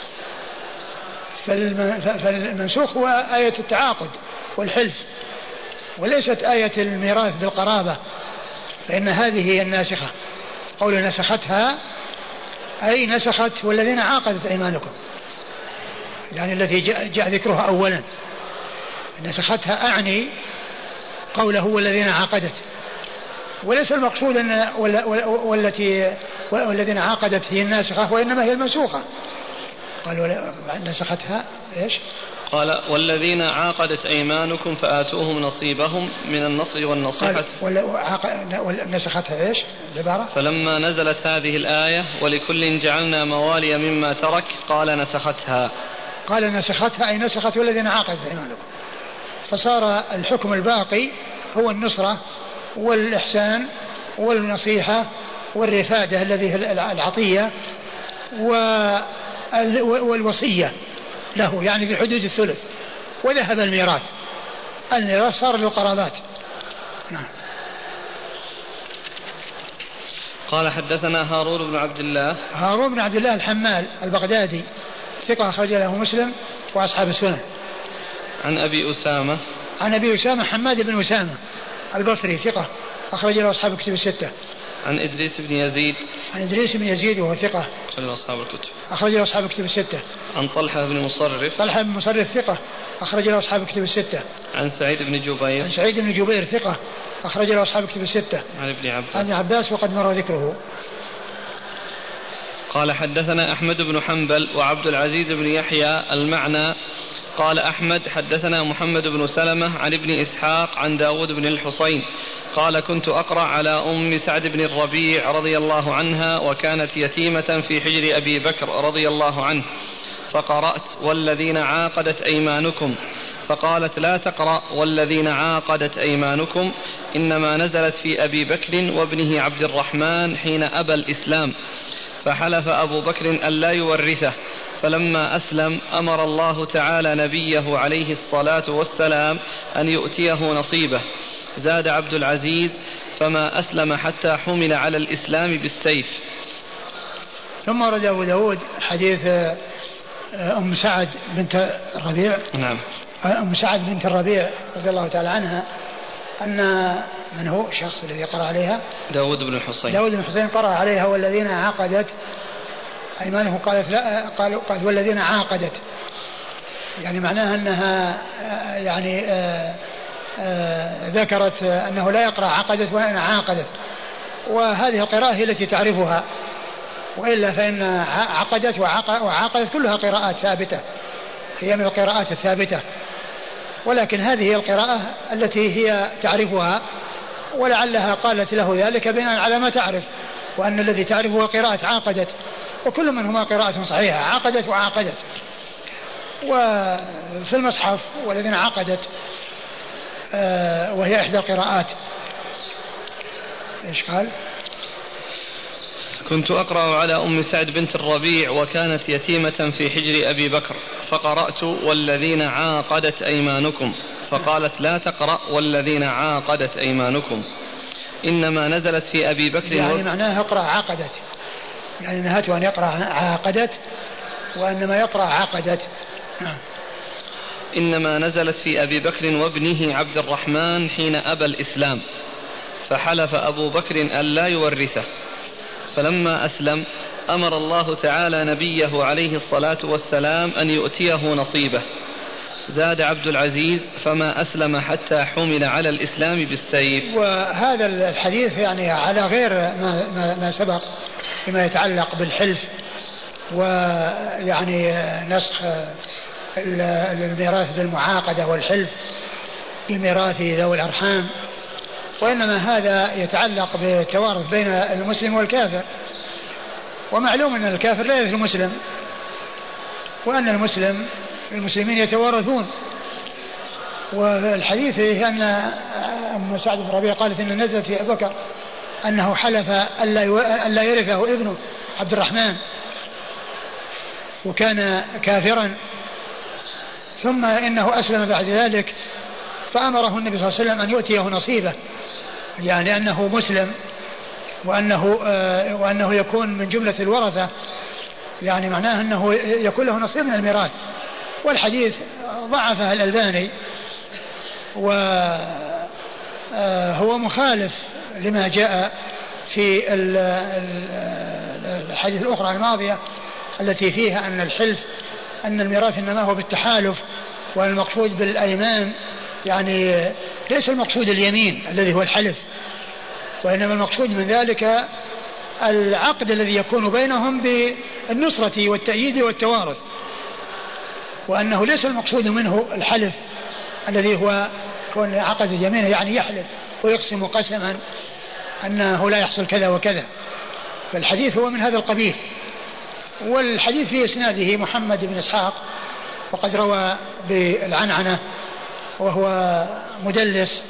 فالمنسوخ هو آية التعاقد والحلف وليست آية الميراث بالقرابة، فإن هذه هي الناسخة. قول نسختها أي نسخت والذين عاقدت أيمانكم، يعني التي جاء ذكرها أولا. نسختها أعني قوله والذين عاقدت، وليس المقصود أن والتي والذين عاقدت هي الناسخة وإنما هي المنسوخة. قال نسختها إيش؟ قال والذين عاقدت أيمانكم فآتوهم نصيبهم من النصر والنصيحة. نسختها إيش العبارة؟ فلما نزلت هذه الآية ولكل جعلنا موالي مما ترك قال نسختها. قال نسختها أي نسخت والذين عاقدت أيمانكم، فصار الحكم الباقي هو النصرة والإحسان والنصيحة والرفادة الذي العطية والوصية له، يعني في حدود الثلث. وذهب الميراث، الميراث صار للقرابات. نعم. قال حدثنا هارون بن عبد الله. هارون بن عبد الله الحمال البغدادي ثقة أخرج له مسلم وأصحاب السنن. عن أبي أسامة. عن أبي أسامة حماد بن أسامة البصري ثقة أخرج له أصحاب الكتب الستة. عن إدريس بن يزيد. عن إدريس بن يزيد وهو ثقة أخرج له أصحاب الكتب. أخرج له أصحاب الكتب الستة. عن طلحة بن مصرف. طلحة بن مصرف ثقة أخرج له أصحاب الكتب الستة. عن سعيد بن جبير. عن سعيد بن جبير ثقة أخرج له أصحاب الكتب الستة. عن ابن عباس. عن ابن عباس وقد مر ذكره. قال حدثنا أحمد بن حنبل وعبد العزيز بن يحيى المعنى. قال أحمد حدثنا محمد بن سلمة عن ابن إسحاق عن داود بن الحصين قال كنت أقرأ على أم سعد بن الربيع رضي الله عنها وكانت يتيمة في حجر أبي بكر رضي الله عنه، فقرأت والذين عاقدت أيمانكم، فقالت لا تقرأ والذين عاقدت أيمانكم، إنما نزلت في أبي بكر وابنه عبد الرحمن حين أبى الإسلام، فحلف أبو بكر ألا يورثه، فلما أسلم أمر الله تعالى نبيه عليه الصلاة والسلام أن يؤتيه نصيبه. زاد عبد العزيز فما أسلم حتى حمل على الإسلام بالسيف. ثم رد أبو داود حديث أم سعد بنت الربيع. نعم. أم سعد بنت الربيع رضي الله تعالى عنها أن من هو الشخص الذي قرأ عليها؟ داود بن الحصين. داود بن الحصين قرأ عليها والذين عقدت أيمانه، قالت لا، قال قال والذين عاقدت، يعني معناها أنها يعني آآ آآ ذكرت أنه لا يقرأ عقدت ولا عاقدت، وهذه القراءة هي التي تعرفها، وإلا فإن عقدت وعاقدت كلها قراءات ثابتة، هي من القراءات الثابتة، ولكن هذه هي القراءة التي هي تعرفها، ولعلها قالت له ذلك بناء على ما تعرف، وأن الذي تعرفه قراءة عاقدت، وكل منهما قراءة صحيحة، عاقدت وعاقدت. وفي المصحف والذين عقدت وهي إحدى القراءات. إيش قال؟ كنت أقرأ على أم سعد بنت الربيع وكانت يتيمة في حجر أبي بكر، فقرأت والذين عاقدت أيمانكم، فقالت لا تقرأ والذين عاقدت أيمانكم، إنما نزلت في أبي بكر. يعني و... معناها اقرأ عاقدت، يعني نهته أن يقرأ عاقدت وإنما يقرأ عاقدت. نعم. إنما نزلت في أبي بكر وابنه عبد الرحمن حين أبى الإسلام، فحلف أبو بكر ألا يورثه، فلما أسلم أمر الله تعالى نبيه عليه الصلاة والسلام أن يؤتيه نصيبه. زاد عبد العزيز فما أسلم حتى حمل على الإسلام بالسيف. وهذا الحديث يعني على غير ما, ما, ما سبق فيما يتعلق بالحلف ويعني نسخ الميراث بالمعاقدة والحلف بميراث ذوي الأرحام، وإنما هذا يتعلق بالتوارث بين المسلم والكافر، ومعلوم أن الكافر لا يرث المسلم وأن المسلم المسلمين يتوارثون. والحديث فيه أن أم سعد بن ربيعة قالت إن نزلت في أبي بكر أنه حلف ألا يرثه ابنه عبد الرحمن وكان كافرا، ثم إنه أسلم بعد ذلك فأمره النبي صلى الله عليه وسلم أن يؤتيه نصيبه، يعني أنه مسلم وأنه, وأنه يكون من جملة الورثة، يعني معناه أنه يكون له نصيب من الميراث. والحديث ضعفه الألباني وهو مخالف لما جاء في الحديث الأخرى الماضية التي فيها أن الحلف أن الميراث إنما هو بالتحالف، والمقصود بالأيمان يعني ليس المقصود اليمين الذي هو الحلف، وإنما المقصود من ذلك العقد الذي يكون بينهم بالنصرة والتأييد والتوارث، وأنه ليس المقصود منه الحلف الذي هو كون عقد يمينه يعني يحلف ويقسم قسما أنه لا يحصل كذا وكذا. فالحديث هو من هذا القبيل. والحديث في إسناده محمد بن إسحاق وقد روى بالعنعنة وهو مدلس،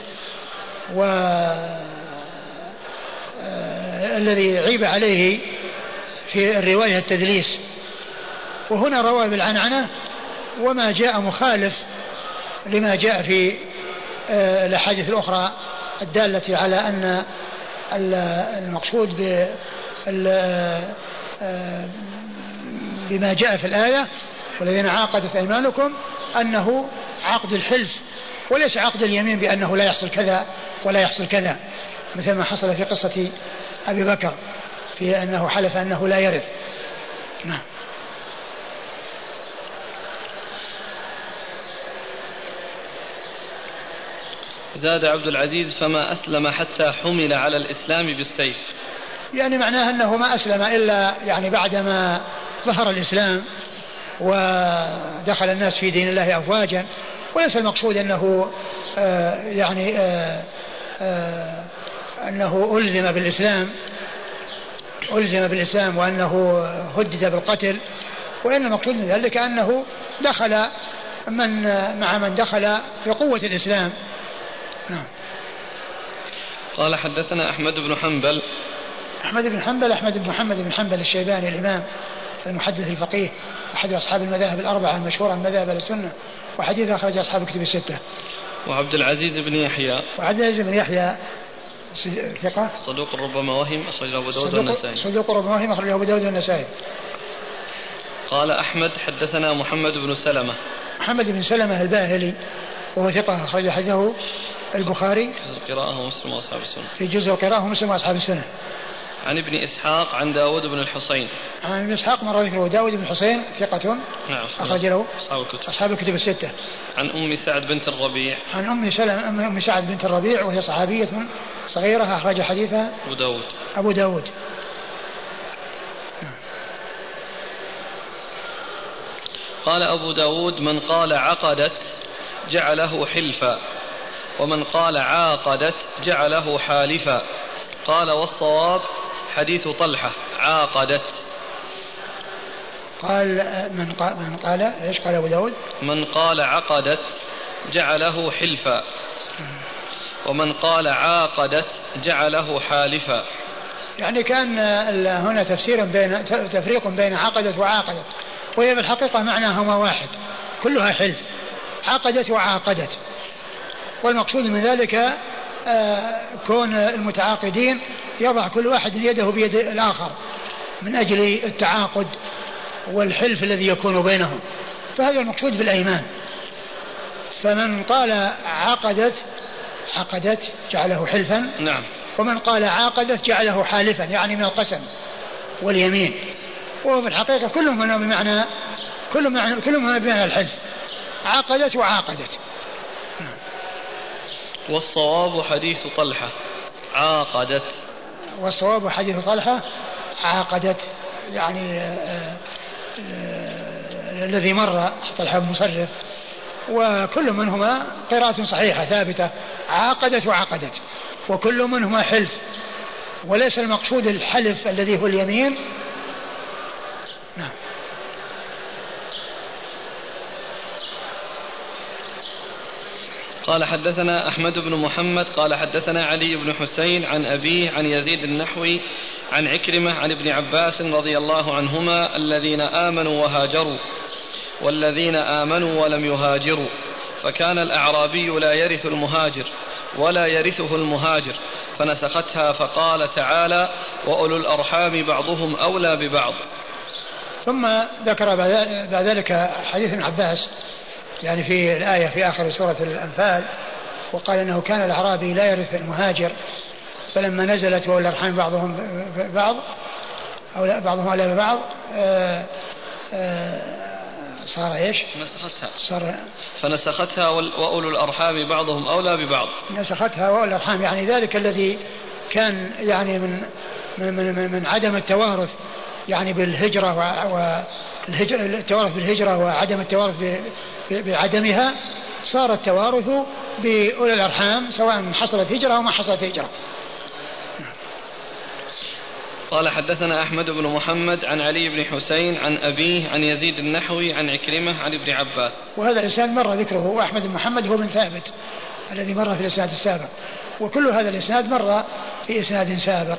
والذي عيب عليه في الرواية التدليس، وهنا روى بالعنعنة وما جاء مخالف لما جاء في الأحاديث الأخرى الدالة على أن المقصود بما جاء في الآية والذين عاقدت أيمانكم أنه عقد الحلف وليس عقد اليمين بأنه لا يحصل كذا ولا يحصل كذا، مثل ما حصل في قصة أبي بكر في أنه حلف أنه لا يرث. نعم. زاد عبد العزيز فما أسلم حتى حمل على الإسلام بالسيف، يعني معناه أنه ما أسلم إلا يعني بعدما ظهر الإسلام ودخل الناس في دين الله أفواجا، وليس المقصود أنه آه يعني آه آه أنه ألزم بالإسلام ألزم بالإسلام وأنه هدد بالقتل، وإن المقصود من ذلك أنه دخل من مع من دخل بقوة الإسلام. نعم. قال حدثنا أحمد بن حنبل أحمد بن حنبل أحمد بن محمد بن حنبل الشيباني الإمام المحدث الفقيه أحد أصحاب المذاهب الأربعة المشهورة من مذاهب السنة، وحديث أخرج أصحاب الكتب الستة. وعبد العزيز بن يحيى وعبد العزيز بن يحيى ثقة صدوق ربما وهم أخرجه أبو داود والنسائي صدوق ربما وهم أخرجه أبو داود والنسائي. قال أحمد حدثنا محمد بن سلمة محمد بن سلمة الباهلي وهو ثقة أخرج حديثه البخاري جزء القراءة ومسلم وأصحاب السنة في جزء القراءة ومسلم وأصحاب السنة. عن ابن إسحاق عن داود بن الحصين عن ابن إسحاق مرة ذكره داود بن الحصين ثقة نعم أخرج له أصحاب الكتب أصحاب الكتب الستة. عن أم سعد بنت الربيع عن أم سلمة أم سعد بنت الربيع وهي صحابية صغيرة أخرج حديثها أبو داود أبو داود. قال أبو داود من قال عقدت جعله حلفا ومن قال عاقدت جعله حالفا. قال والصواب حديث طلحة عاقدت. قال من قال, من قال ايش قال أبو داود من قال عقدت جعله حلفا ومن قال عاقدت جعله حالفا. يعني كان هنا تفسير بين تفريق بين عقدت وعاقدت، وهي بالحقيقة معناهما واحد كلها حلف، عقدت وعاقدت، والمقصود من ذلك كون المتعاقدين يضع كل واحد يده بيد الآخر من أجل التعاقد والحلف الذي يكون بينهم، فهذا المقصود بالأيمان. فمن قال عقدت عقدت جعله حلفا نعم، ومن قال عاقدت جعله حالفا يعني من القسم واليمين، وفي الحقيقة كلهم هنا بمعنى كلهم معنى كلهم هنا بمعنى الحلف، عقدت وعاقدت. والصواب حديث طلحة عاقدت. والصواب حديث طلحة عاقدت يعني آآ آآ الذي مر طلحة بن مصرف، وكل منهما قراءة صحيحة ثابتة عاقدت وعاقدت، وكل منهما حلف، وليس المقصود الحلف الذي هو اليمين. نعم. قال حدثنا أحمد بن محمد قال حدثنا علي بن حسين عن أبيه عن يزيد النحوي عن عكرمة عن ابن عباس رضي الله عنهما الذين آمنوا وهاجروا والذين آمنوا ولم يهاجروا، فكان الأعرابي لا يرث المهاجر ولا يرثه المهاجر، فنسختها فقال تعالى: وأولو الأرحام بعضهم أولى ببعض. ثم ذكر بعد ذلك حديث ابن عباس يعني في الآية في آخر سورة الأنفال، وقال إنه كان الأعرابي لا يرث المهاجر، فلما نزلت وأولو الأرحام بعضهم بعض أو بعضهم أولى ببعض آآ آآ صار ايش؟ نسختها صار فنسختها وأولو الأرحام بعضهم أولى ببعض. نسختها وأولو الأرحام يعني ذلك الذي كان يعني من من من, من عدم التوارث يعني بالهجرة والتوارث بالهجرة وعدم التوارث بعدمها، صار التوارث بأولي الأرحام سواء حصلت هجرة أو ما حصلت هجرة. قال حدثنا أحمد بن محمد عن علي بن حسين عن أبيه عن يزيد النحوي عن عكرمة عن ابن عباس. وهذا الإسناد مر ذكره، وأحمد بن محمد هو بن ثابت الذي مر في الإسناد السابق، وكل هذا الإسناد مر في إسناد سابق.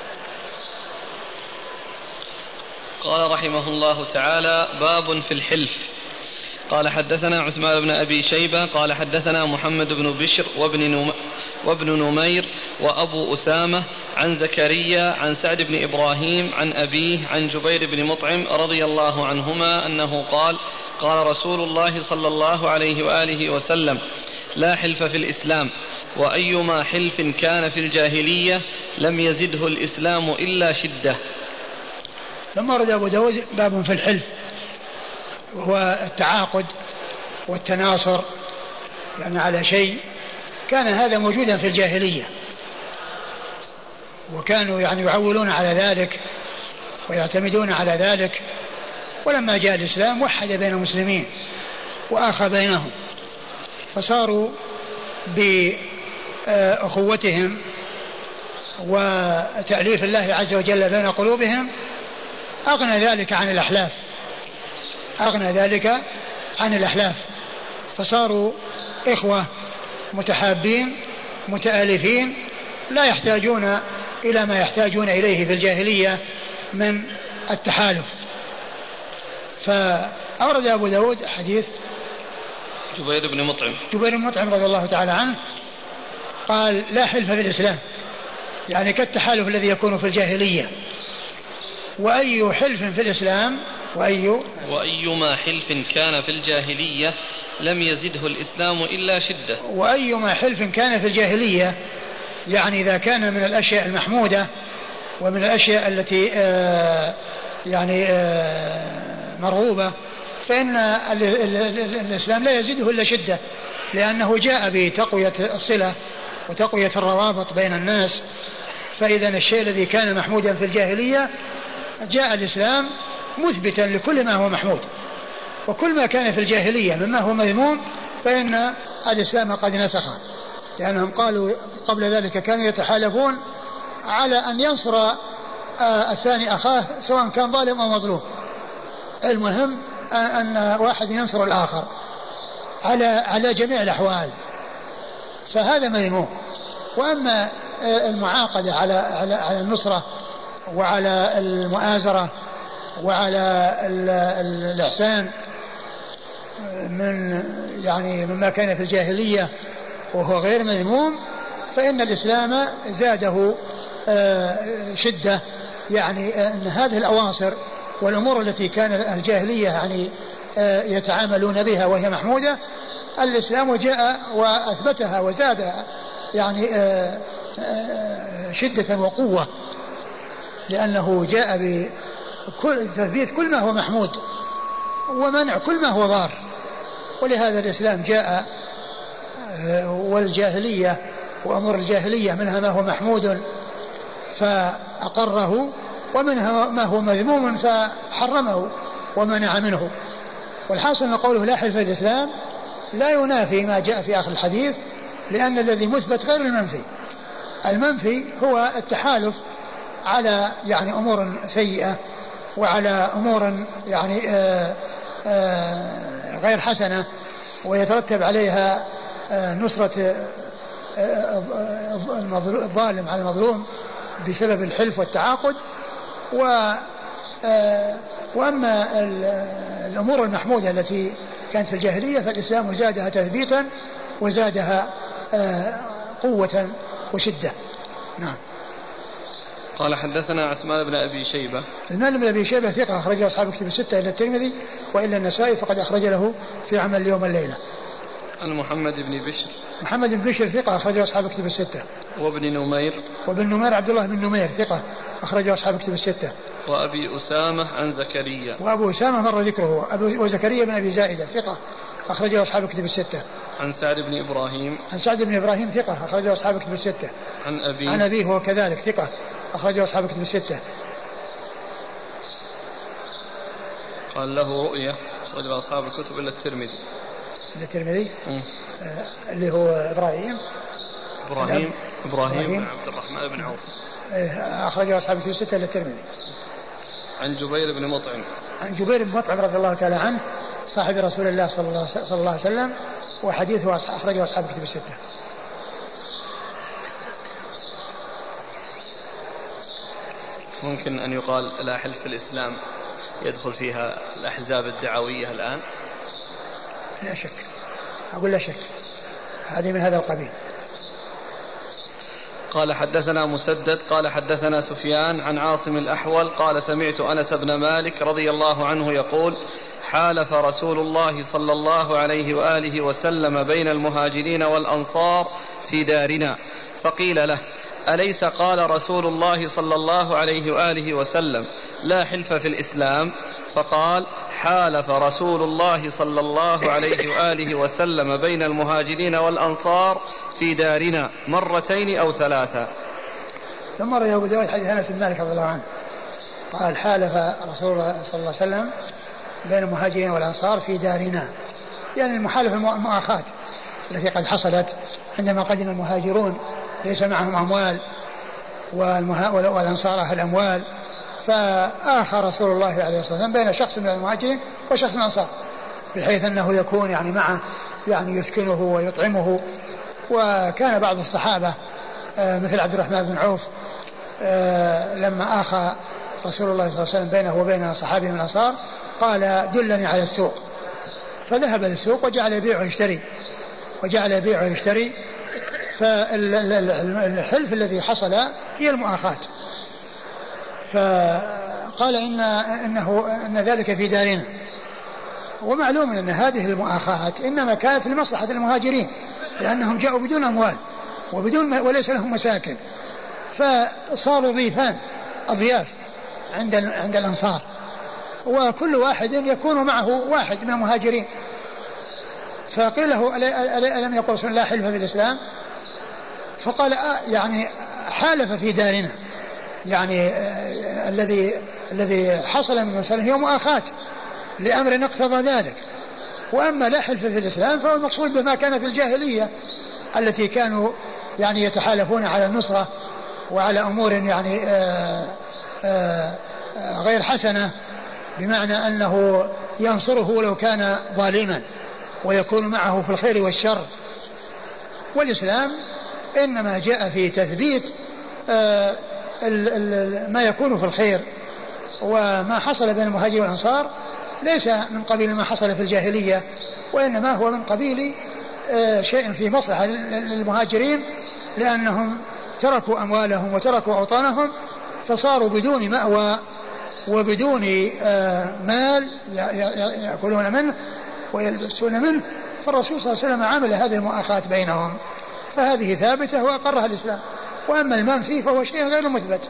قال رحمه الله تعالى: باب في الحلف. قال حدثنا عثمان بن أبي شيبة قال حدثنا محمد بن بشر وابن, نم... وابن نمير وأبو أسامة عن زكريا عن سعد بن إبراهيم عن أبيه عن جبير بن مطعم رضي الله عنهما أنه قال: قال رسول الله صلى الله عليه وآله وسلم: لا حلف في الإسلام، وأيما حلف كان في الجاهلية لم يزده الإسلام إلا شدة. ثم ورد أبو داود باب في الحلف، وهو التعاقد والتناصر يعني على شيء كان هذا موجودا في الجاهلية، وكانوا يعني يعولون على ذلك ويعتمدون على ذلك، ولما جاء الإسلام وحد بين المسلمين وآخى بينهم، فصاروا بأخوتهم وتأليف الله عز وجل بين قلوبهم أغنى ذلك عن الأحلاف أغنى ذلك عن الأحلاف فصاروا إخوة متحابين متآلفين لا يحتاجون إلى ما يحتاجون إليه في الجاهلية من التحالف. فأورد أبو داود حديث جبير بن مطعم جبير بن مطعم رضي الله تعالى عنه قال: لا حلف في الإسلام، يعني كالتحالف الذي يكون في الجاهلية. وأي حلف في الإسلام وأي وأيما حلف كان في الجاهلية لم يزده الإسلام إلا شدة. وأيما حلف كان في الجاهلية يعني إذا كان من الأشياء المحمودة ومن الأشياء التي آه يعني آه مرغوبة، فإن الإسلام لا يزيده إلا شدة، لأنه جاء بتقوية الصلة وتقوية الروابط بين الناس. فإذا الشيء الذي كان محمودا في الجاهلية جاء الإسلام مثبتا لكل ما هو محمود، وكل ما كان في الجاهلية مما هو مذموم فإن الإسلام قد نسخه، لأنهم قالوا قبل ذلك كانوا يتحالفون على أن ينصر الثاني أخاه سواء كان ظالم أو مظلوم، المهم أن واحد ينصر الآخر على على جميع الأحوال، فهذا مذموم. وأما المعاقدة على على على النصرة وعلى المؤازرة وعلى الإحسان من يعني مما كان في الجاهلية وهو غير مذموم، فإن الإسلام زاده شدة، يعني أن هذه الأواصر والأمور التي كان الجاهلية يعني يتعاملون بها وهي محمودة، الإسلام جاء وأثبتها وزادها يعني شدة وقوة، لأنه جاء بتثبيت كل ما هو محمود ومنع كل ما هو ضار. ولهذا الإسلام جاء والجاهلية وأمور الجاهلية منها ما هو محمود فأقره، ومنها ما هو مذموم فحرمه ومنع منه. والحاصل أن قوله لا حلف في الإسلام لا ينافي ما جاء في آخر الحديث، لأن الذي مثبت غير المنفي. المنفي هو التحالف على يعني أمور سيئة وعلى أمور يعني آآ آآ غير حسنة ويترتب عليها نصرة الظالم على المظلوم بسبب الحلف والتعاقد. و وأما الأمور المحمودة التي كانت في الجاهلية فالإسلام زادها تثبيتا وزادها قوة وشدة. نعم. قال حدثنا عثمان بن أبي شيبة. عثمان بن أبي شيبة ثقة أخرجه أصحاب الكتب الستة إلا الترمذي وإلا النسائي فقد أخرج له في عمل اليوم والليلة. عن محمد بن بشر. محمد بن بشر ثقة أخرجه أصحاب الكتب الستة. وابن نمير. وابن نمير عبد الله بن نمير ثقة أخرجه أصحاب الكتب الستة. وأبي أسامة عن زكريا. وأبو أسامة مر ذكره. أبو وزكريا بن أبي زائدة ثقة أخرجه أصحاب الكتب الستة. عن سعد بن إبراهيم. عن سعد بن إبراهيم ثقة أخرجه أصحاب الكتب الستة. عن أبي. عن أبيه هو كذلك ثقة أخرجه أصحاب الكتب الستة. قال له رؤية أخرجه أصحاب الكتب إلا الترمذي. إلا الترمذي آه اللي هو إبراهيم. إبراهيم إبراهيم بن عبد الرحمن بن عوف. أخرجه أصحاب الكتب الستة إلا الترمذي. عن جبير بن مطعم. عن جبير بن مطعم رضي الله تعالى عنه صاحب رسول الله صلى الله, صلى الله عليه وسلم وحديثه أخرجه أصحاب الكتب الستة. ممكن أن يقال لا حلف في الإسلام يدخل فيها الأحزاب الدعوية الآن؟ لا شك، أقول لا شك، هذه من هذا القبيل. قال حدثنا مسدد قال حدثنا سفيان عن عاصم الأحول قال سمعت أنس بن مالك رضي الله عنه يقول حالف رسول الله صلى الله عليه وآله وسلم بين المهاجرين والأنصار في دارنا، فقيل له أليس قال رسول الله صلى الله عليه وآله وسلم لا حلف في الإسلام؟ فقال حالف رسول الله صلى الله عليه وآله وسلم بين المهاجرين والأنصار في دارنا مرتين أو ثلاثة. ثم روى أبو داود حديث أنس بن مالك رضي الله عنه قال حالف رسول الله صلى الله عليه وسلم بين المهاجرين والأنصار في دارنا، يعني المحالفة المؤاخاة التي قد حصلت عندما قدم المهاجرون ليس معهم أموال والأنصار أهل الأموال، فآخى رسول الله عليه الصلاة والسلام بين شخص من المهاجرين وشخص من الأنصار بحيث أنه يكون يعني معه يعني يسكنه ويطعمه. وكان بعض الصحابة مثل عبد الرحمن بن عوف لما آخى رسول الله صلى الله عليه وسلم بينه وبين صحابي من الأنصار قال دلني على السوق، فذهب للسوق وجعل يبيع ويشتري وجعل يبيع ويشتري. فالحلف الذي حصل هي المؤاخاة، فقال إن إنه إن ذلك في دارنا، ومعلوم أن هذه المؤاخاة إنما كانت لمصلحة المهاجرين لأنهم جاءوا بدون أموال وبدون وليس لهم مساكن، فصاروا ضيفان أضياف عند عند الأنصار، وكل واحد يكون معه واحد من المهاجرين. فقيل له ألم يقل رسول الله حلف في الإسلام؟ فقال آه يعني حالف في دارنا، يعني آه الذي الذي حصل من المسلم هي مؤاخاة لأمر اقتضى ذلك، وأما لا حلف في الإسلام فهو المقصود بما كان في الجاهلية التي كانوا يعني يتحالفون على النصرة وعلى أمور يعني آآ آآ غير حسنة، بمعنى أنه ينصره ولو كان ظالما ويكون معه في الخير والشر. والإسلام إنما جاء في تثبيت ما يكون في الخير، وما حصل بين المهاجرين والأنصار ليس من قبيل ما حصل في الجاهلية، وإنما هو من قبيل شيء في مصلحة للمهاجرين لأنهم تركوا أموالهم وتركوا أوطانهم فصاروا بدون مأوى وبدون مال يأكلون منه ويلبسون منه، فالرسول صلى الله عليه وسلم عمل هذه المؤاخاة بينهم، فهذه ثابتة وأقرها الإسلام. وأما المنفي فهو شيء غير مثبت.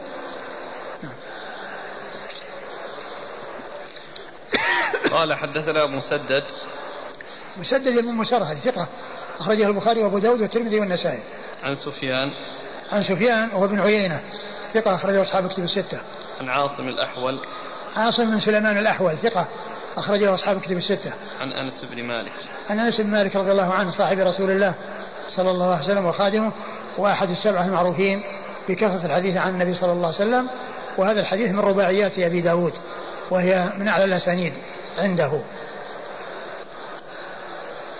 قال حدثنا مسدد مسدد بن مسرهد ثقة أخرجه البخاري وأبو داود والترمذي والنسائي. عن سفيان عن سفيان وهو بن عيينة ثقة أخرجه أصحاب الكتب الستة. عن عاصم الأحول عاصم بن سليمان الأحول ثقة أخرجه أصحاب الكتب الستة. عن أنس بن مالك عن أنس بن مالك رضي الله عنه صاحب رسول الله صلى الله عليه وسلم وخادمه وأحد السبعة المعروفين بكثرة الحديث عن النبي صلى الله عليه وسلم، وهذا الحديث من رباعيات أبي داود وهي من أعلى الأسانيد عنده.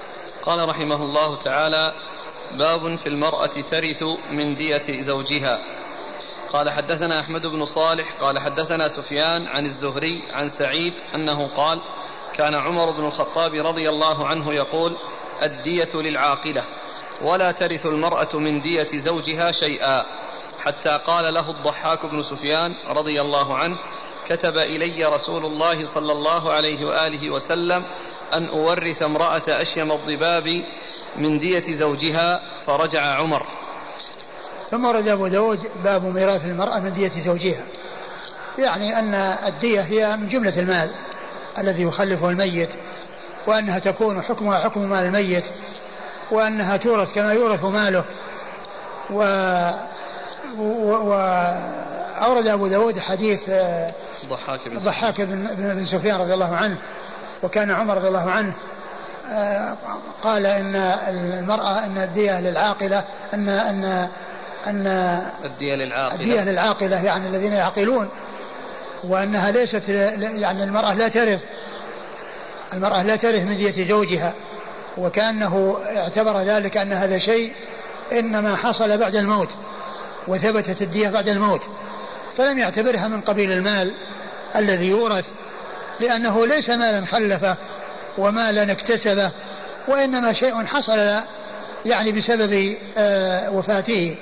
قال رحمه الله تعالى: باب في المرأة ترث من دية زوجها. قال حدثنا أحمد بن صالح قال حدثنا سفيان عن الزهري عن سعيد أنه قال: كان عمر بن الخطاب رضي الله عنه يقول: الدية للعاقلة ولا ترث المرأة من دية زوجها شيئا، حتى قال له الضحاك بن سفيان رضي الله عنه: كتب إلي رسول الله صلى الله عليه وآله وسلم أن أورث امرأة أشيم الضباب من دية زوجها، فرجع عمر. ثم ورد أبو داود باب ميراث المرأة من دية زوجها، يعني أن الدية هي من جملة المال الذي يخلفه الميت، وأنها تكون حكمها حكم مال الميت، وأنها تورث كما يورث ماله. و... و... وأورد أبو داود حديث ضحاك بن, ضحاك بن... بن سفيان رضي الله عنه. وكان عمر رضي الله عنه قال إن المرأة أن الدية للعاقلة أن أن أن الدية للعاقلة, الدية للعاقلة يعني الذين يعقلون، وأنها ليست يعني المرأة لا ترث المرأة لا ترث من دية زوجها، وكأنه اعتبر ذلك أن هذا شيء إنما حصل بعد الموت وثبتت الدية بعد الموت، فلم يعتبرها من قبيل المال الذي يورث، لأنه ليس مالا خلفه ومالا اكتسبه، وإنما شيء حصل يعني بسبب وفاته.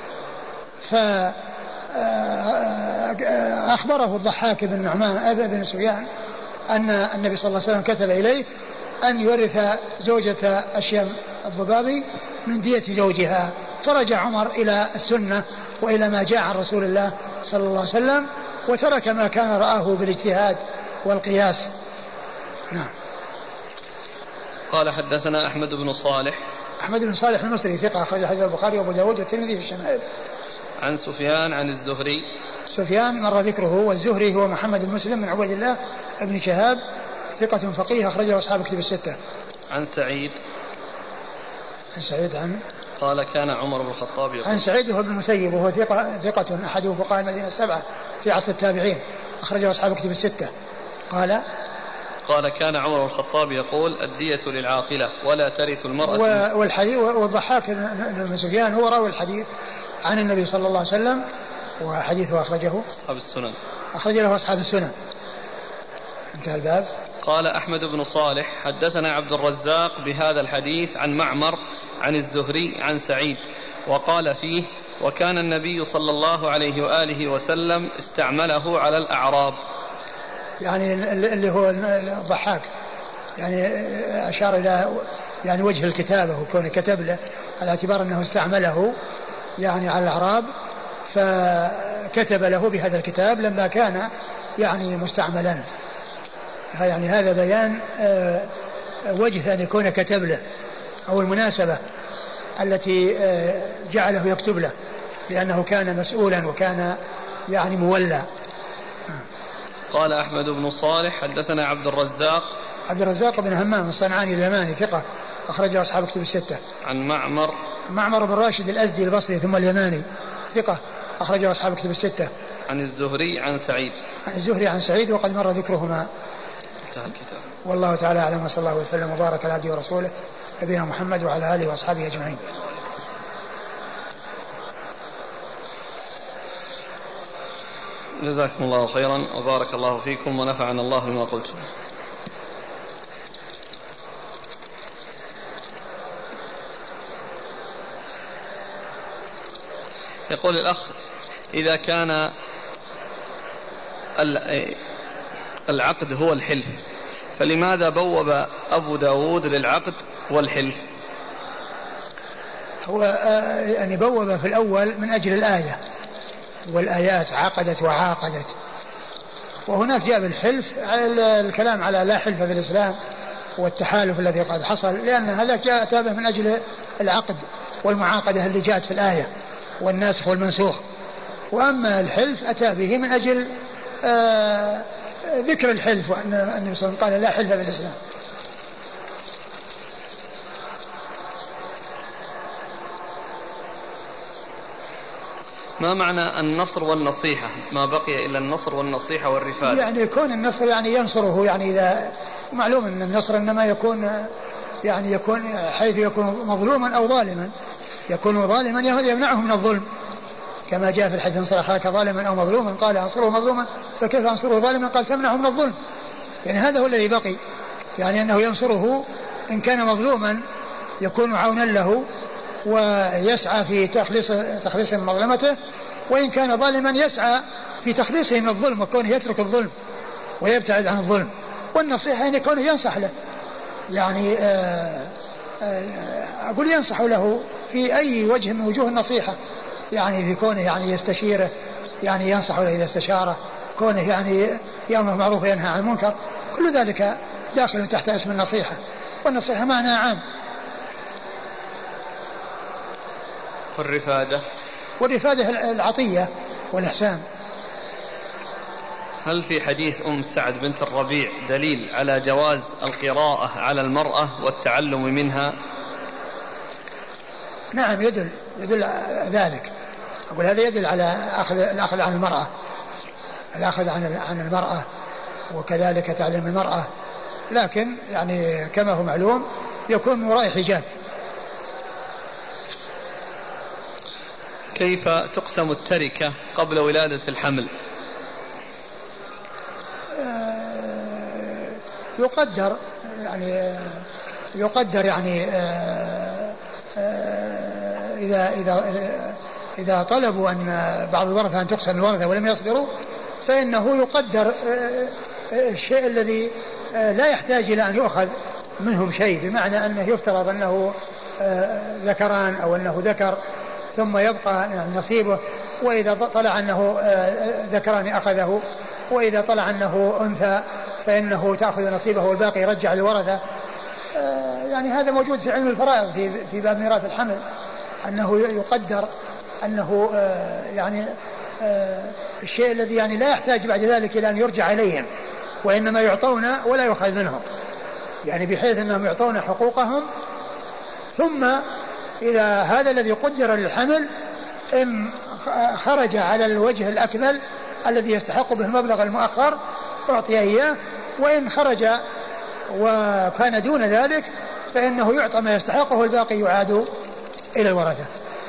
فأخبره الضحاك بن نعمان بن سفيان أن النبي صلى الله عليه وسلم كتب إليه أن يورث زوجة أشيم الضبابي من دية زوجها، فرجع عمر إلى السنة وإلى ما جاء عن رسول الله صلى الله عليه وسلم، وترك ما كان رآه بالاجتهاد والقياس. نعم. قال حدثنا أحمد بن صالح أحمد بن صالح المصري ثقة أخرج حديث البخاري وأبو داود والترمذي في الشمائل. عن سفيان عن الزهري. سفيان مر ذكره، والزهري هو محمد بن مسلم من عبيد الله بن شهاب ثقة فقيه أخرجه أصحاب كتب الستة. عن سعيد. عن سعيد عن قال كان عمر بن الخطاب يقول. عن سعيد وهو ابن المسيب وهو ثقة ثقة أحد فقهاء المدينة السبعة في عصر التابعين أخرجه أصحاب كتب الستة. قال قال كان عمر بن الخطاب يقول: الدية للعاقلة ولا ترث المرأة. والحديث والضحاك بن سفيان هو راوي الحديث عن النبي صلى الله عليه وسلم، وحديثه أخرجه أصحاب السنن أخرج له أصحاب السنن. انتهى الباب. قال أحمد بن صالح حدثنا عبد الرزاق بهذا الحديث عن معمر عن الزهري عن سعيد، وقال فيه: وكان النبي صلى الله عليه وآله وسلم استعمله على الأعراب. يعني اللي هو الضحاك يعني أشار إلى يعني وجه الكتابة وكونه كتب له على اعتبار أنه استعمله يعني على الأعراب، فكتب له بهذا الكتاب لما كان يعني مستعملا. يعني هذا بيان وجه أن يكون كتب له أو المناسبة التي جعله يكتب له، لأنه كان مسؤولا وكان يعني مولى. قال أحمد بن صالح حدثنا عبد الرزاق عبد الرزاق بن همام الصنعاني اليماني ثقة أخرجه أصحاب كتب الستة. عن معمر معمر بن راشد الأزدي البصري ثم اليماني ثقة أخرجه أصحاب كتب الستة. عن الزهري عن سعيد. عن الزهري عن سعيد وقد مر ذكرهما. انتهى الكتاب. والله تعالى أعلم، وصلى الله وسلم وبارك على عبده ورسوله نبينا محمد وعلى آله وأصحابه أجمعين. جزاكم الله خيرا وبارك الله فيكم ونفعنا الله بما قلتم. يقول الأخ: إذا كان العقد هو الحلف، فلماذا بوب أبو داود للعقد والحلف؟ هو يعني بوب في الأول من أجل الآية، والآيات عقدت وعاقدت، وهناك جاء بالحلف على الكلام على لا حلف في الإسلام والتحالف الذي قد حصل، لأن هذا جاء تابع من أجل العقد والمعاقدة اللي جاءت في الآية والناسخ والمنسوخ. وأما الحلف أتى به من أجل آه ذكر الحلف، وأن النبي صلى الله عليه وسلم قال لا حلف في الإسلام. ما معنى النصر والنصيحة؟ ما بقي إلا النصر والنصيحة والرفادة. يعني يكون النصر يعني ينصره، يعني إذا معلوم أن النصر إنما يكون يعني يكون حيث يكون مظلوما أو ظالما، يكون ظالما يمنعه من الظلم، كما جاء في الحديث انصر أخاك ظالما أو مظلوما، قال انصره مظلوما فكيف انصره ظالما، قال تمنعه من الظلم. يعني هذا هو الذي بقي، يعني أنه ينصره إن كان مظلوما يكون عونا له ويسعى في تخليص تخليص من مظلمته، وإن كان ظالما يسعى في تخليصه من الظلم وكونه يترك الظلم ويبتعد عن الظلم. والنصيحة أن يكون ينصح له، يعني آآ آآ أقول ينصح له في أي وجه من وجوه النصيحة، يعني في كونه يعني يستشيره، يعني ينصح له إذا استشاره، كونه يعني يأمر بالمعروف وينهى عن المنكر، كل ذلك داخل تحت اسم النصيحة، والنصيحة معناها عام. والرفادة والرفادة العطية والإحسان. هل في حديث أم سعد بنت الربيع دليل على جواز القراءة على المرأة والتعلم منها؟ نعم يدل يدل ذلك، أقول هذا يدل على أخذ الأخذ عن المرأة، الأخذ عن عن المرأة وكذلك تعليم المرأة، لكن يعني كما هو معلوم يكون من وراء حجاب. كيف تقسم التركة قبل ولادة الحمل؟ يقدر يعني يقدر يعني إذا إذا إذا طلبوا أن بعض الورثة أن تقسم الورثة ولم يصبروا فإنه يقدر الشيء الذي لا يحتاج إلى أن يؤخذ منهم شيء، بمعنى أنه يفترض أنه ذكران أو أنه ذكر ثم يبقى نصيبه، وإذا طلع أنه ذكران أخذه، وإذا طلع أنه أنثى فإنه تأخذ نصيبه والباقي يرجع للورثة. يعني هذا موجود في علم الفرائض في في باب ميراث الحمل، أنه يقدر أنه يعني الشيء الذي يعني لا يحتاج بعد ذلك إلى أن يرجع إليهم، وإنما يعطون ولا يؤخذ منهم، يعني بحيث أنهم يعطون حقوقهم، ثم إذا هذا الذي قدر للحمل إن خرج على الوجه الأكمل الذي يستحق به المبلغ المؤخر أعطي إياه، وإن خرج وكان دون ذلك فإنه يعطى ما يستحقه والباقي يعاد إلى الورثة.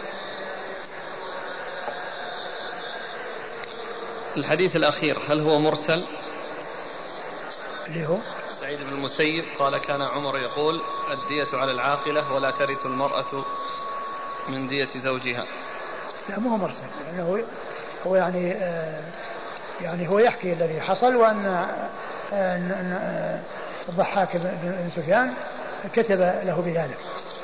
الحديث الأخير هل هو مرسل؟ اللي هو سعيد بن المسيب قال كان عمر يقول الدية على العاقلة ولا ترث المرأة من دية زوجها. لا مو مرسل، لأنه هو يعني آه يعني هو يحكي الذي حصل، وأن آه آه الضحاك بن سفيان كتب له بذلك.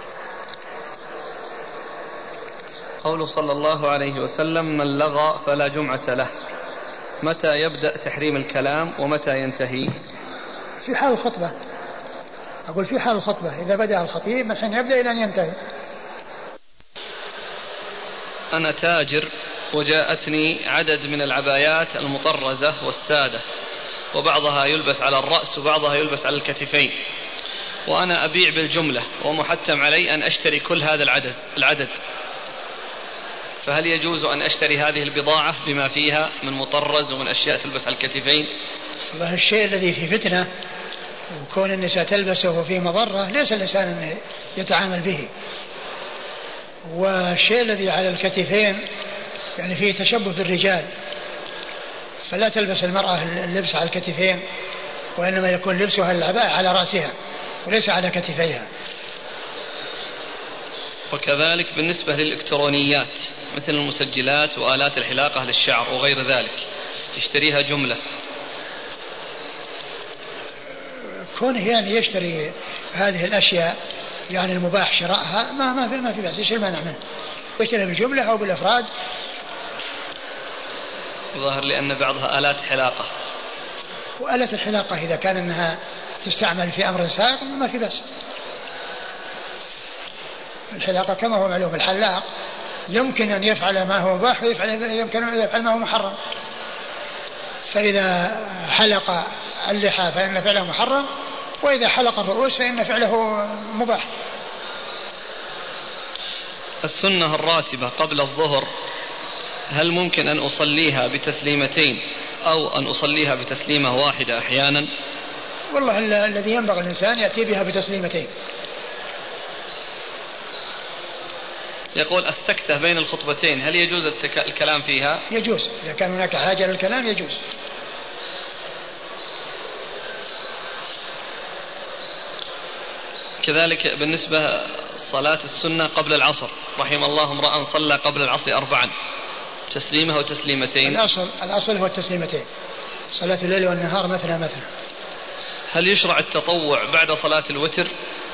قوله صلى الله عليه وسلم من لغى فلا جمعة له، متى يبدأ تحريم الكلام ومتى ينتهي؟ في حال الخطبة، أقول في حال الخطبة إذا بدأ الخطيب من حين يبدأ إلى أن ينتهي. أنا تاجر وجاءتني عدد من العبايات المطرزة والسادة، وبعضها يلبس على الرأس وبعضها يلبس على الكتفين، وأنا أبيع بالجملة ومحتم علي أن أشتري كل هذا العدد العدد فهل يجوز أن أشتري هذه البضاعة بما فيها من مطرز ومن أشياء تلبس على الكتفين؟ والله الشيء الذي في فتنة وكون النساء تلبسه فيه مضرة ليس الإنسان أن يتعامل به، والشيء الذي على الكتفين يعني فيه تشبه بالرجال، فلا تلبس المرأة اللبس على الكتفين، وإنما يكون لبسها العباءة على رأسها وليس على كتفيها. وكذلك بالنسبة للإلكترونيات مثل المسجلات وآلات الحلاقة للشعر وغير ذلك يشتريها جملة، كونه يعني يشتري هذه الأشياء يعني المباح شرائها ما ما في ما في بأس، ايش المانع منه؟ يشتري بالجملة أو بالأفراد. ظاهر لأن بعضها آلات حلاقة، وآلات الحلاقة إذا كان أنها تستعمل في أمر سائق ما في بأس. الحلاقة كما هو معلوم الحلاق يمكن أن يفعل ما هو مباح ويفعل يمكن أن يفعل ما هو محرم، فإذا حلق اللحى فإن فعله محرم، وإذا حلق الرؤوس فإن فعله مباح. السنة الراتبة قبل الظهر هل ممكن أن أصليها بتسليمتين أو أن أصليها بتسليمة واحدة أحيانا؟ والله الذي ينبغي الإنسان يأتي بها بتسليمتين، يقول السكتة بين الخطبتين هل يجوز التك... الكلام فيها؟ يجوز، إذا كان هناك حاجة للكلام يجوز. كذلك بالنسبة صلاة السنة قبل العصر، رحم الله امرأ صلى قبل العصر أربعا، تسليمه وتسليمتين. الأصل الأصل هو التسليمتين، صلاة الليل والنهار مثنى مثنى. هل يشرع التطوع بعد صلاة الوتر؟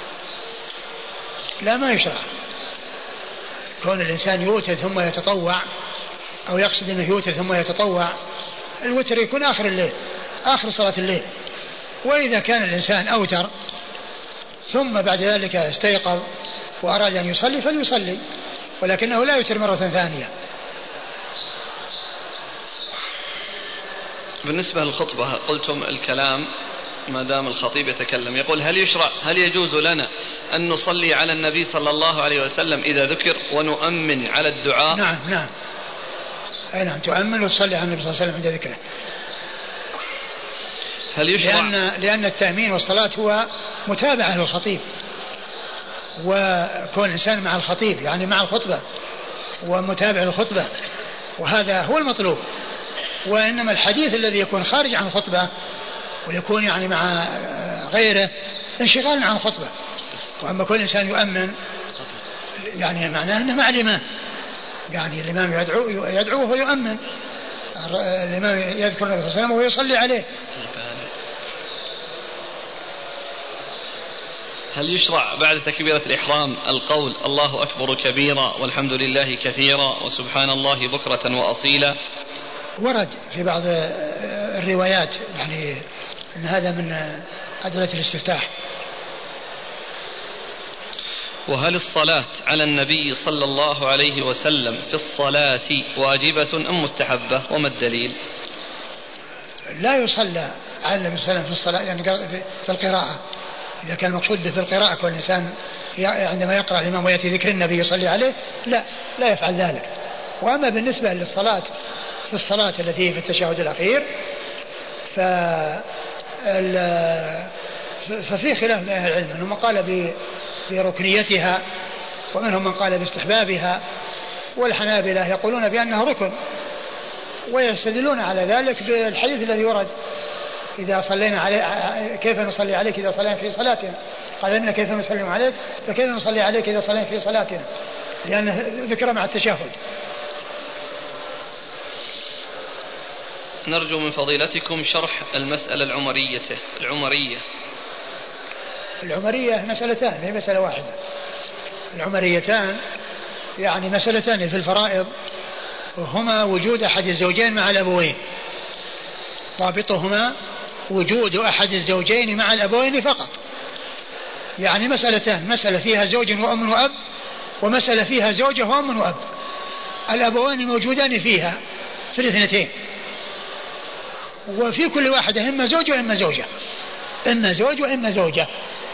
لا، ما يشرع. كون الإنسان يوتر ثم يتطوع، أو يقصد أنه يوتر ثم يتطوع، الوتر يكون آخر الليل، آخر صلاة الليل. وإذا كان الإنسان أوتر ثم بعد ذلك استيقظ وأراد أن يصلي فليصلي، ولكنه لا يوتر مرة ثانية. بالنسبة للخطبة قلتم الكلام ما دام الخطيب يتكلم. يقول هل يشرع هل يجوز لنا أن نصلي على النبي صلى الله عليه وسلم إذا ذكر ونؤمن على الدعاء؟ نعم نعم أي نعم، تؤمن وتصلي على النبي صلى الله عليه وسلم عند ذكره. هل يشرع؟ لأن, لأن التأمين والصلاة هو متابعة للخطيب، وكون الإنسان مع الخطيب يعني مع الخطبة ومتابع الخطبة، وهذا هو المطلوب. وإنما الحديث الذي يكون خارج عن الخطبة ويكون يعني مع غيره انشغال عن الخطبة. وأما كل إنسان يؤمن يعني معناه أنه مع الإمام، يعني الإمام يدعو يدعو وهو يؤمن، الإمام يذكر النبي صلى الله عليه وسلم وهو يصلي عليه. هل يشرع بعد تكبيرة الإحرام القول الله أكبر كبيرا والحمد لله كثيرا وسبحان الله بكرة وأصيلا؟ ورد في بعض الروايات يعني أن هذا من أدلة الاستفتاح. وهل الصلاة على النبي صلى الله عليه وسلم في الصلاة واجبة أم مستحبة وما الدليل؟ لا يصلى على النبي صلى الله عليه وسلم في الصلاة يعني في القراءة، إذا كان المقصود في القراءة كل إنسان عندما يقرأ الإمام ويأتي ذكر النبي يصلي عليه لا لا يفعل ذلك. وأما بالنسبة للصلاة في الصلاة التي في التشهد الأخير ففي خلاف من أهل العلم، منهم من قال بركنيتها ومنهم من قال باستحبابها، والحنابلة يقولون بأنها ركن، ويستدلون على ذلك بالحديث الذي ورد إذا صلينا عليه كيف نصلي عليك إذا صلينا في صلاتنا، قال إن كيف نسلم عليك فكيف نصلي عليك إذا صلينا في صلاتنا، لأن ذكر مع التشهد. نرجو من فضيلتكم شرح المسألة العمرية العمرية العمرية مسألتان، هي مسألة واحدة. العمريتان يعني مسألتان في الفرائض، وهما وجود أحد الزوجين مع الأبوين، ضابطهما وجود أحد الزوجين مع الأبوين فقط. يعني مسألتان، مسألة فيها زوج وأم وأب، ومسألة فيها زوجة وأم وأب، الأبوان موجودان فيها في الاثنتين، وفي كل واحدة إما زوج وإما زوجة، إما زوج وإما زوجة.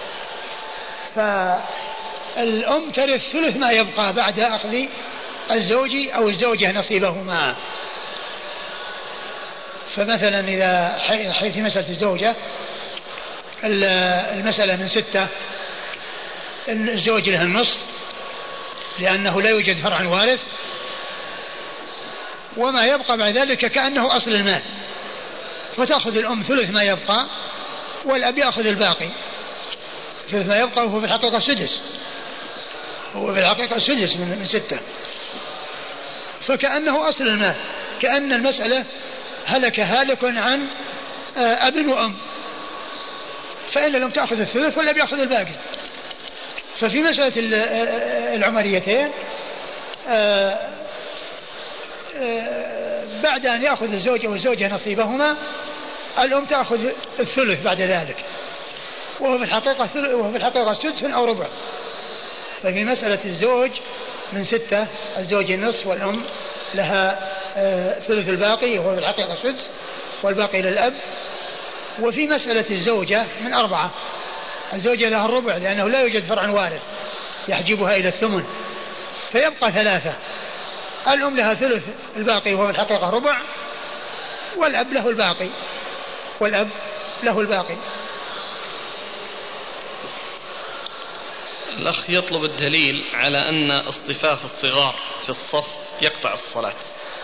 فالأم ترث ثلث ما يبقى بعد أخذ الزوج أو الزوجة نصيبهما. فمثلا إذا حيث مسألة الزوجة المسألة من ستة، الزوج له النصف لأنه لا يوجد فرع وارث، وما يبقى بعد ذلك كأنه أصل المال، فتأخذ الأم ثلث ما يبقى والأب يأخذ الباقي. ثلث ما يبقى وهو في الحقيقة سدس، هو في الحقيقة سدس من, من ستة، فكأنه أصل المال، كأن المسألة هلك هالك عن أب وأم، فإن لم تأخذ الثلث والأب يأخذ الباقي. ففي مسألة العمريتين بعد أن يأخذ الزوج أو الزوجة نصيبهما الأم تأخذ الثلث بعد ذلك، وهو في الحقيقة وهو في الحقيقة سدس أو ربع. ففي مسألة الزوج من ستة، الزوج النصف والأم لها ثلث الباقي وهو في الحقيقة سدس والباقي للأب. وفي مسألة الزوجة من أربعة، الزوجة لها الربع لأنه لا يوجد فرع وارث يحجبها إلى الثمن، فيبقى ثلاثة، الأم لها ثلث الباقي وهو في الحقيقة ربع، والأب له الباقي والأب له الباقي. الأخ يطلب الدليل على أن اصطفاف الصغار في الصف يقطع الصلاة.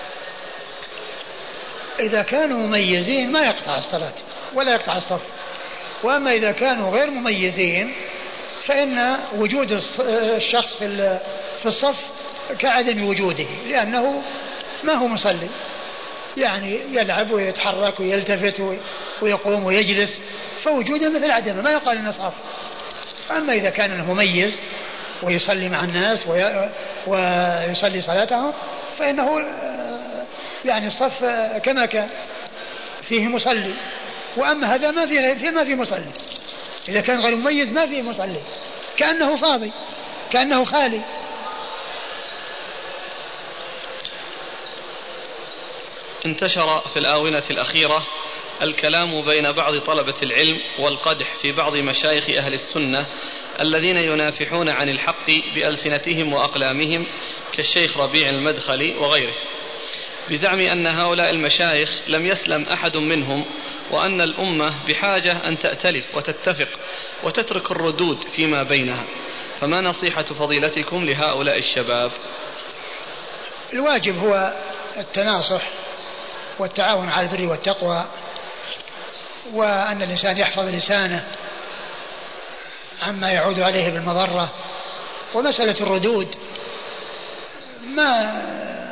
إذا كانوا مميزين ما يقطع الصلاة ولا يقطع الصف، وأما إذا كانوا غير مميزين فإن وجود الشخص في الصف كعدم وجوده، لأنه ما هو مصلي، يعني يلعب ويتحرك ويلتفت ويقوم ويجلس، فوجوده مثل عدمه، ما يقال انه صف. اما اذا كان مميز ويصلي مع الناس ويصلي صلاته فانه يعني الصف كما كان فيه مصلي، واما هذا ما فيه ما فيه مصلي. اذا كان غير مميز ما فيه مصلي، كانه فاضي كانه خالي. انتشر في الآونة الأخيرة الكلام بين بعض طلبة العلم والقدح في بعض مشايخ أهل السنة الذين ينافحون عن الحق بألسنتهم وأقلامهم كالشيخ ربيع المدخلي وغيره، بزعم أن هؤلاء المشايخ لم يسلم أحد منهم، وأن الأمة بحاجة أن تأتلف وتتفق وتترك الردود فيما بينها. فما نصيحة فضيلتكم لهؤلاء الشباب؟ الواجب هو التناصح والتعاون على البر والتقوى، وأن الإنسان يحفظ لسانه عما يعود عليه بالمضرة. ومسألة الردود ما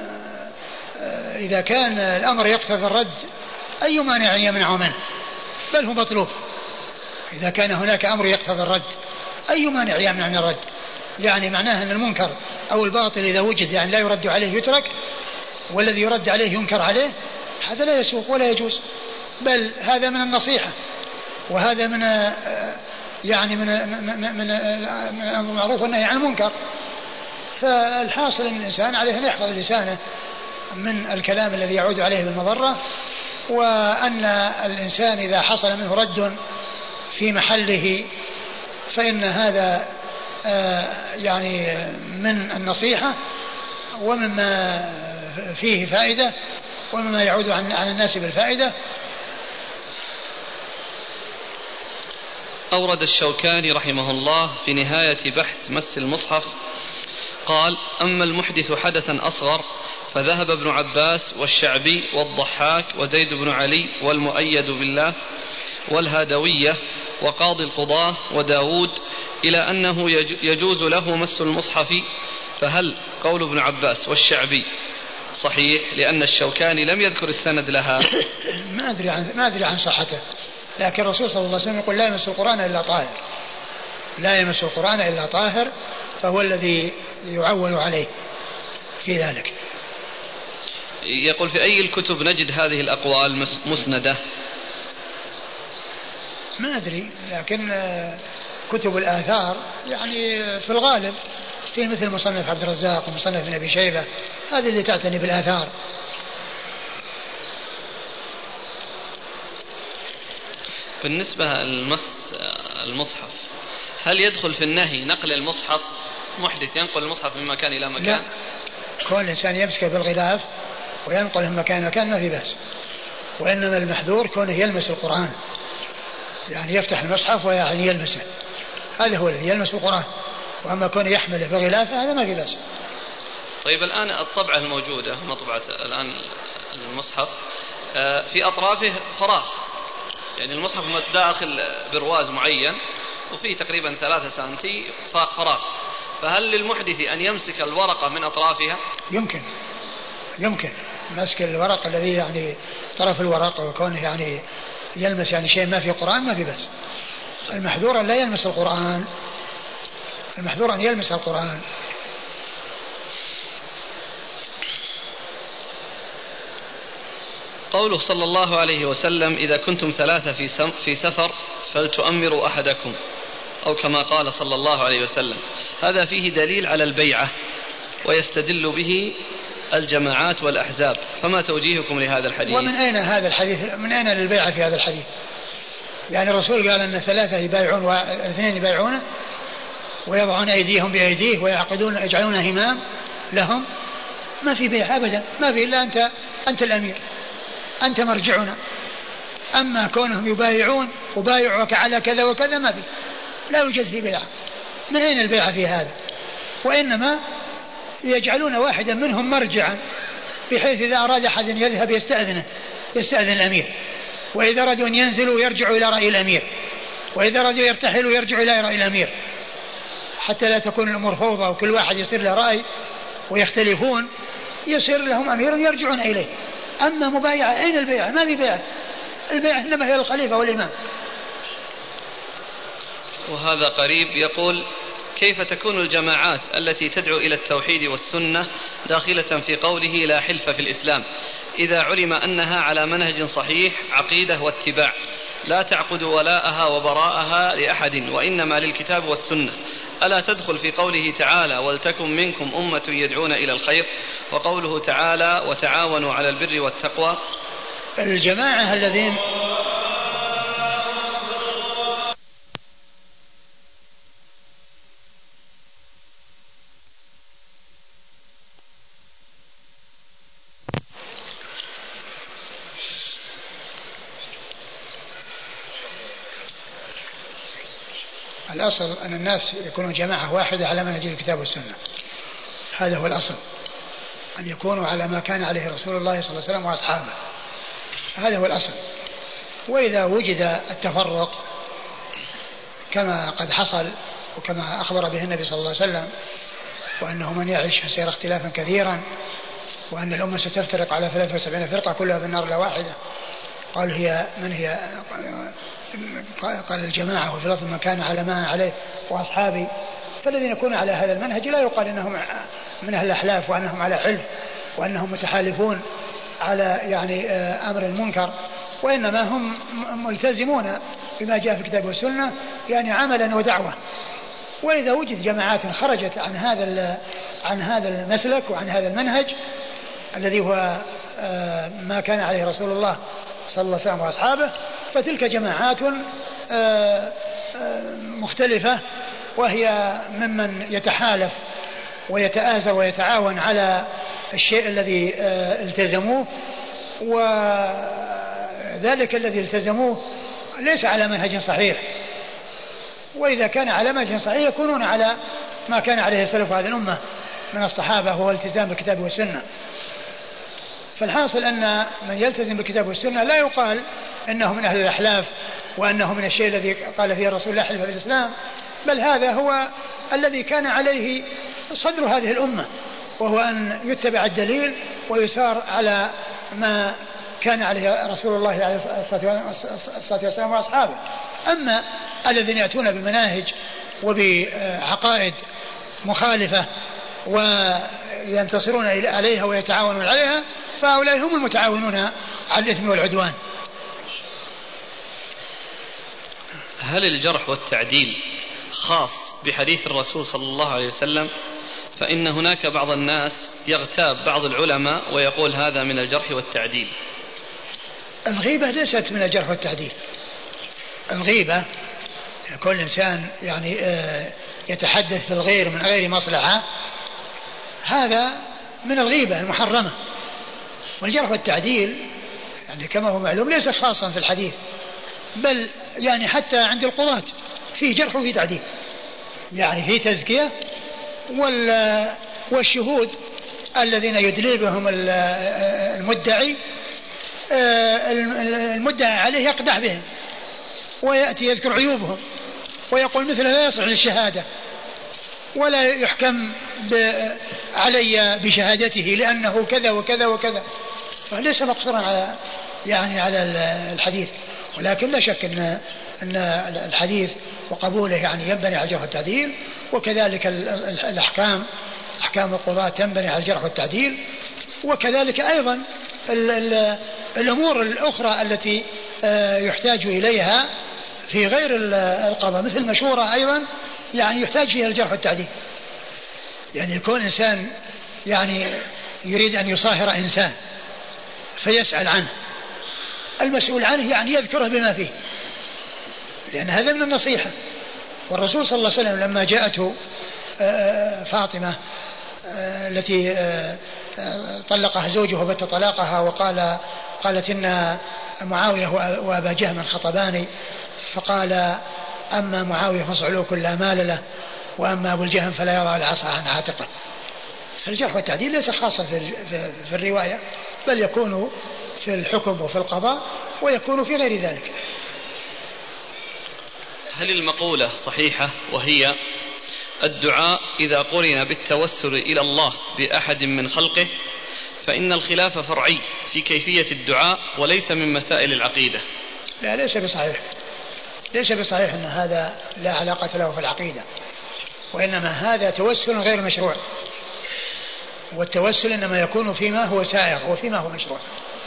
إذا كان الأمر يقتضي الرد أي مانع يمنع منه، بل هو مطلوب. إذا كان هناك أمر يقتضي الرد أي مانع يمنع من الرد، يعني معناه أن المنكر أو الباطل إذا وجد يعني لا يرد عليه يترك، والذي يرد عليه ينكر عليه، هذا لا يسوق ولا يجوز، بل هذا من النصيحة، وهذا من يعني من من من الأمر المعروف والنهي عن المنكر. فالحاصل أن الإنسان عليه أن يحفظ لسانه من الكلام الذي يعود عليه بالمضرة، وأن الإنسان إذا حصل منه رد في محله فإن هذا يعني من النصيحة ومما فيه فائدة ومما يعود عن الناس بالفائدة. أورد الشوكاني رحمه الله في نهاية بحث مس المصحف قال: أما المحدث حدثا أصغر فذهب ابن عباس والشعبي والضحاك وزيد بن علي والمؤيد بالله والهادوية وقاضي القضاة وداود إلى أنه يجوز له مس المصحف، فهل قول ابن عباس والشعبي صحيح؟ لأن الشوكاني لم يذكر السند لها. ما أدري عن ما أدري عن صحته، لكن الرسول صلى الله عليه وسلم يقول: لا يمس القرآن إلا طاهر، لا يمس القرآن إلا طاهر، فهو الذي يعول عليه في ذلك. يقول: في أي الكتب نجد هذه الأقوال مسندة؟ ما أدري، لكن كتب الآثار يعني في الغالب في مثل مصنف عبد الرزاق ومصنف ابن أبي شيبة، هذه اللي تعتني بالآثار. بالنسبة للمس المصحف، هل يدخل في النهي نقل المصحف؟ محدث ينقل المصحف من مكان إلى مكان؟ لا، كون الإنسان يمسكه بالغلاف وينقله من مكان إلى مكان ما في بأس، وإنما المحذور كونه يلمس القرآن، يعني يفتح المصحف ويعني يلمسه، هذا هو الذي يلمس القرآن. وأما كونه يحمله بغلافه هذا ما في بأس. طيب، الآن الطبعة الموجودة مطبعة الآن المصحف في أطرافه فراغ، يعني المصحف داخل برواز معين وفيه تقريبا ثلاثة سنتي فراغ، فهل للمحدث أن يمسك الورقة من أطرافها؟ يمكن يمكن مسك الورق الذي يعني طرف الورق وكونه يعني يلمس يعني شيء ما في قرآن ما في بأس. المحذور لا يلمس القرآن، المحذور أن يلمس القرآن. قوله صلى الله عليه وسلم: إذا كنتم ثلاثة في سفر فلتؤمروا أحدكم، أو كما قال صلى الله عليه وسلم، هذا فيه دليل على البيعة ويستدل به الجماعات والأحزاب، فما توجيهكم لهذا الحديث؟ ومن أين هذا الحديث؟ من أين للبيعة في هذا الحديث؟ يعني الرسول قال أن ثلاثة يبايعون واثنين يبايعون ويضعون أيديهم بأيديه ويعقدون يجعلون همام لهم، ما في بيع أبدا، ما في إلا أنت أنت الأمير، أنت مرجعنا. أما كونهم يبايعون وبايعوك على كذا وكذا ما في، لا يوجد في بيعة، من أين البيعة في هذا؟ وإنما يجعلون واحدا منهم مرجعا، بحيث إذا أراد أحد أن يذهب يستأذنه يستأذن الأمير، وإذا أرادوا أن ينزلوا يرجعوا إلى رأي الأمير، وإذا أرادوا يرتحلوا يرجعوا إلى رأي الأمير، حتى لا تكون الأمور فوضى وكل واحد يصير له رأي ويختلفون، يصير لهم أمير يرجعون إليه. أما مبايعة، أين البيعة؟ ما في بيعة، البيعة إنما هي الخليفة والإمام. وهذا قريب يقول: كيف تكون الجماعات التي تدعو إلى التوحيد والسنة داخلة في قوله لا حلف في الإسلام إذا علم أنها على منهج صحيح عقيدة واتباع لا تعقد ولاءها وبراءها لأحد وإنما للكتاب والسنة؟ ألا تدخل في قوله تعالى ولتكن منكم أمة يدعون إلى الخير، وقوله تعالى وتعاونوا على البر والتقوى؟ الجماعة الذين الأصل أن الناس يكونوا جماعة واحدة على منهج الكتاب والسنة، هذا هو الأصل، أن يكونوا على ما كان عليه رسول الله صلى الله عليه وسلم وأصحابه، هذا هو الأصل. وإذا وجد التفرق كما قد حصل وكما أخبر به النبي صلى الله عليه وسلم، وأنه من يعيش فسيرى اختلافا كثيرا، وأن الأمة ستفترق على ثلاثة وسبعين فرقة كلها في النار لا واحدة، قال هي من هي؟ قال الجماعة وفي الأرض من كان على ما عليه وأصحابي. فالذين يكونون على هذا المنهج لا يقال إنهم من أهل الأحلاف وأنهم على حلف وأنهم متحالفون على يعني أمر المنكر، وإنما هم ملتزمون بما جاء في الكتاب والسنة يعني عملا ودعوة. وإذا وجد جماعات خرجت عن هذا عن هذا المسلك وعن هذا المنهج الذي هو ما كان عليه رسول الله صلى الله عليه وسلم وأصحابه، فتلك جماعات مختلفة، وهي ممن يتحالف ويتآزر ويتعاون على الشيء الذي التزموه، وذلك الذي التزموه ليس على منهج صحيح. وإذا كان على منهج صحيح يكونون على ما كان عليه سلف هذه الأمة من الصحابة، وهو الالتزام بالكتاب والسنة. فالحاصل أن من يلتزم بالكتاب والسنة لا يقال أنه من أهل الأحلاف وأنه من الشيء الذي قال فيه الرسول لا حلف في الإسلام، بل هذا هو الذي كان عليه صدر هذه الأمة، وهو أن يتبع الدليل ويسار على ما كان عليه رسول الله عليه الصلاة والسلام وأصحابه. أما الذين يأتون بمناهج وبعقائد مخالفة وينتصرون عليها ويتعاونون عليها، فهؤلاء هم المتعاونون على الإثم والعدوان. هل الجرح والتعديل خاص بحديث الرسول صلى الله عليه وسلم؟ فإن هناك بعض الناس يغتاب بعض العلماء ويقول هذا من الجرح والتعديل. الغيبة ليست من الجرح والتعديل. الغيبة كل إنسان يعني يتحدث في الغير من غير مصلحة، هذا من الغيبة المحرمة. والجرح والتعديل يعني كما هو معلوم ليس خاصا في الحديث، بل يعني حتى عند القضاة فيه جرح وفيه تعديل، يعني فيه تزكية، والشهود الذين يدلي بهم المدعي المدعي عليه يقدح بهم ويأتي يذكر عيوبهم ويقول مثل لا يصلح للشهادة ولا يحكم علي بشهادته لأنه كذا وكذا وكذا. فليس مقصورا على يعني على الحديث، ولكن لا شك أن أن الحديث وقبوله يعني ينبني على الجرح والتعديل، وكذلك الأحكام أحكام القضاة تنبني على الجرح والتعديل، وكذلك أيضا الأمور الأخرى التي يحتاج إليها في غير القضاء مثل المشورة أيضا يعني يحتاج فيها الجرح والتعديل. يعني يكون إنسان يعني يريد أن يصاهر إنسان فيسأل عنه، المسؤول عنه يعني يذكره بما فيه، لأن هذا من النصيحة. والرسول صلى الله عليه وسلم لما جاءته فاطمة التي طلقها زوجها وبت طلاقها وقال قالت إن معاوية وأبا جهم خطباني، فقال أما معاوية فاصعلوا كل مال له وأما أبو الجهم فلا يضع العصا عن عاتقه. فالجرح والتعديل ليس خاصا في, في, في الرواية، بل يكون في الحكم وفي القضاء، ويكون في غير ذلك. هل المقولة صحيحة وهي الدعاء إذا قرن بالتوسل إلى الله بأحد من خلقه فإن الخلاف فرعي في كيفية الدعاء وليس من مسائل العقيدة؟ لا، ليس بصحيح، ليس بصحيح أن هذا لا علاقة له في العقيدة، وإنما هذا توسل غير مشروع، والتوسل إنما يكون فيما هو سائغ وفيما هو مشروع.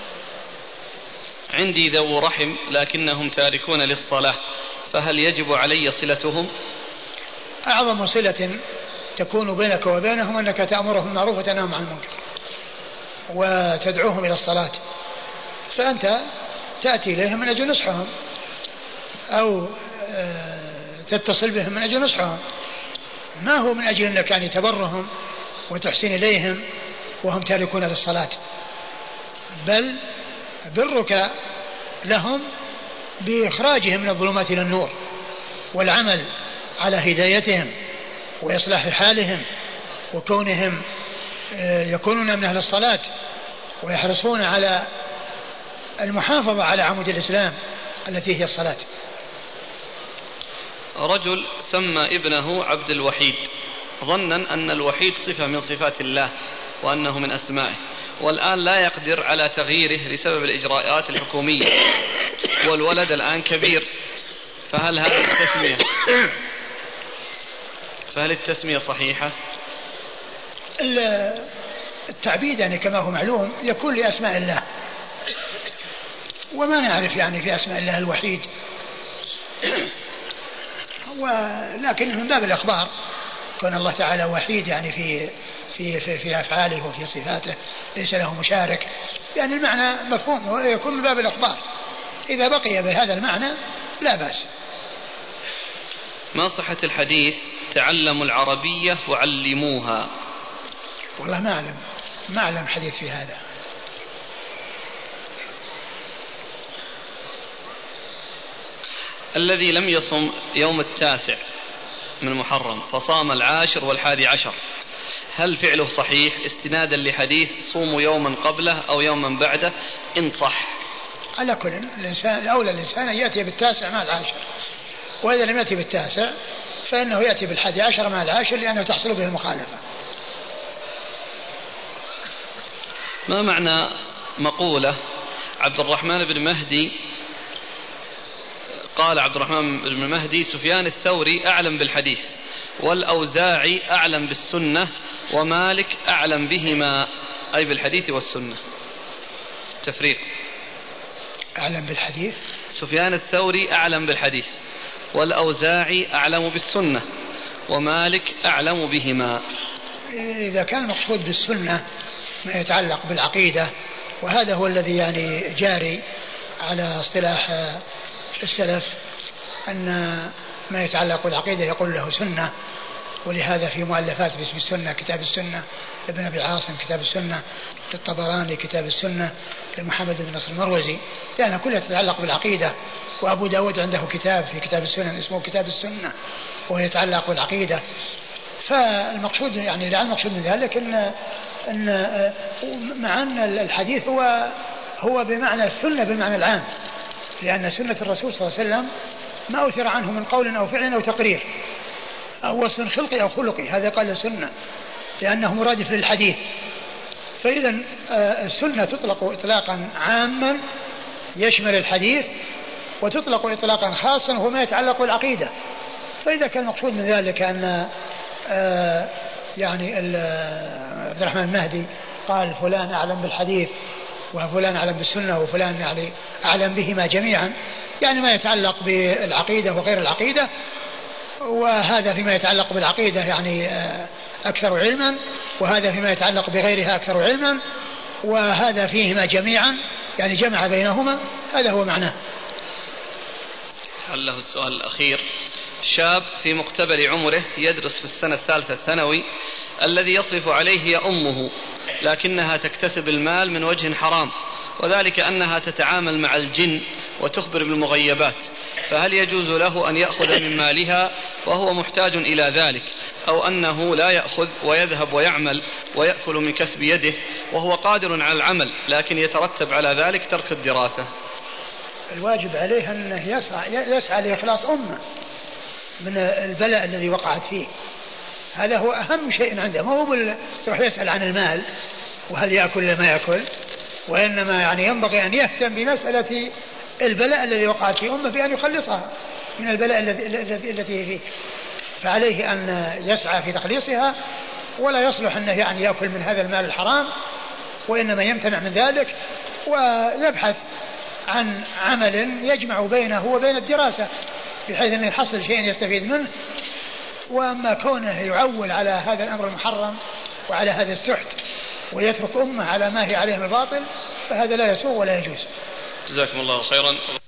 عندي ذو رحم لكنهم تاركون للصلاة، فهل يجب علي صلتهم؟ أعظم صلة تكون بينك وبينهم أنك تأمرهم بالمعروف وتنهاهم عن المنكر وتدعوهم إلى الصلاة، فأنت تأتي إليهم من أجل نصحهم أو تتصل بهم من أجل نصحهم، ما هو من أجل أنك يعني تبرهم وتحسين إليهم وهم تاركون للصلاة، بل برك لهم بإخراجهم من الظلمات إلى النور والعمل على هدايتهم وإصلاح حالهم وكونهم يكونون من أهل الصلاة ويحرصون على المحافظة على عمود الإسلام التي هي الصلاة. رجل سمى ابنه عبد الوحيد ظنا أن الوحيد صفة من صفات الله وأنه من أسمائه، والآن لا يقدر على تغييره لسبب الإجراءات الحكومية، والولد الآن كبير، فهل هذه التسمية فهل التسمية صحيحة؟ التعبيد يعني كما هو معلوم يكون لأسماء الله، وما نعرف يعني في أسماء الله الوحيد، ولكن من باب الإخبار كون الله تعالى وحيد يعني في في في, في أفعاله وفي صفاته ليس له مشارك، يعني المعنى مفهوم ويكون من باب الإخبار، إذا بقي بهذا المعنى لا بأس. ما صحة الحديث تعلموا العربية وعلموها؟ والله ما أعلم ما أعلم حديث في هذا. الذي لم يصم يوم التاسع من محرم فصام العاشر والحادي عشر، هل فعله صحيح استنادا لحديث صوموا يوما قبله أو يوما بعده إن صح؟ على كل الإنسان الأولى الإنسان أن يأتي بالتاسع مع العاشر، وإذا لم يأتي بالتاسع فإنه يأتي بالحادي عشر مع العاشر لأنه تحصل به المخالفة. ما معنى مقولة عبد الرحمن بن مهدي قال عبد الرحمن بن مهدي سفيان الثوري أعلم بالحديث والأوزاعي أعلم بالسنة ومالك أعلم بهما، أي بالحديث والسنة؟ تفريق. أعلم بالحديث، سفيان الثوري أعلم بالحديث والأوزاعي أعلم بالسنة ومالك أعلم بهما. إذا كان المقصود بالسنة ما يتعلق بالعقيدة، وهذا هو الذي يعني جاري على اصطلاح السلف أن ما يتعلق بالعقيدة يقول له سنة، ولهذا في مؤلفات باسم السنة كتاب السنة لابن أبي عاصم كتاب السنة، للطبراني كتاب السنة، لمحمد بن نصر المروزي، لأنها يعني كلها تتعلق بالعقيدة. وأبو داود عنده كتاب في كتاب السنة اسمه كتاب السنة وهو يتعلق بالعقيدة. فالمقصود يعني لا المقصود من ذلك إن أن مع أن الحديث هو هو بمعنى السنة بالمعنى العام، لأن سنة الرسول صلى الله عليه وسلم ما أثر عنه من قول أو فعل أو تقرير أو وصف خلقي أو خلقي، هذا قال السنة لأنه مرادف للحديث. فإذا السنة تطلق إطلاقا عاما يشمل الحديث، وتطلق إطلاقا خاصا وهو ما يتعلق بالعقيدة. فإذا كان المقصود من ذلك أن يعني عبد الرحمن المهدي قال فلان أعلم بالحديث وفلان أعلم بالسنة وفلان يعني أعلم بهما جميعا، يعني ما يتعلق بالعقيدة وغير العقيدة، وهذا فيما يتعلق بالعقيدة يعني أكثر علما، وهذا فيما يتعلق بغيرها أكثر علما، وهذا فيهما جميعا يعني جمع بينهما، هذا هو معناه. هل له السؤال الأخير؟ شاب في مقتبل عمره يدرس في السنة الثالثة الثانوي الذي يصرف عليه هي أمه، لكنها تكتسب المال من وجه حرام، وذلك أنها تتعامل مع الجن وتخبر بالمغيبات، فهل يجوز له أن يأخذ من مالها وهو محتاج إلى ذلك أو أنه لا يأخذ ويذهب ويعمل ويأكل من كسب يده وهو قادر على العمل لكن يترتب على ذلك ترك الدراسة؟ الواجب عليه أنه يسعى, يسعى لإخلاص أمه من البلاء الذي وقعت فيه. هذا هو أهم شيء عنده. ما هو يروح يسأل عن المال وهل يأكل ولا ما يأكل، وإنما يعني ينبغي أن يهتم بمسألة البلاء الذي وقعت في أمه بأن يخلصها من البلاء الذي التي فيه. فعليه أن يسعى في تخليصها، ولا يصلح أنه يعني يأكل من هذا المال الحرام، وإنما يمتنع من ذلك ويبحث عن عمل يجمع بينه وبين الدراسة بحيث أن يحصل شيء يستفيد منه. وأما كونه يعول على هذا الأمر المحرم وعلى هذا السحت ويترك أمه على ما هي عليه من الباطل فهذا لا يسوغ ولا يجوز. جزاكم الله خيرا.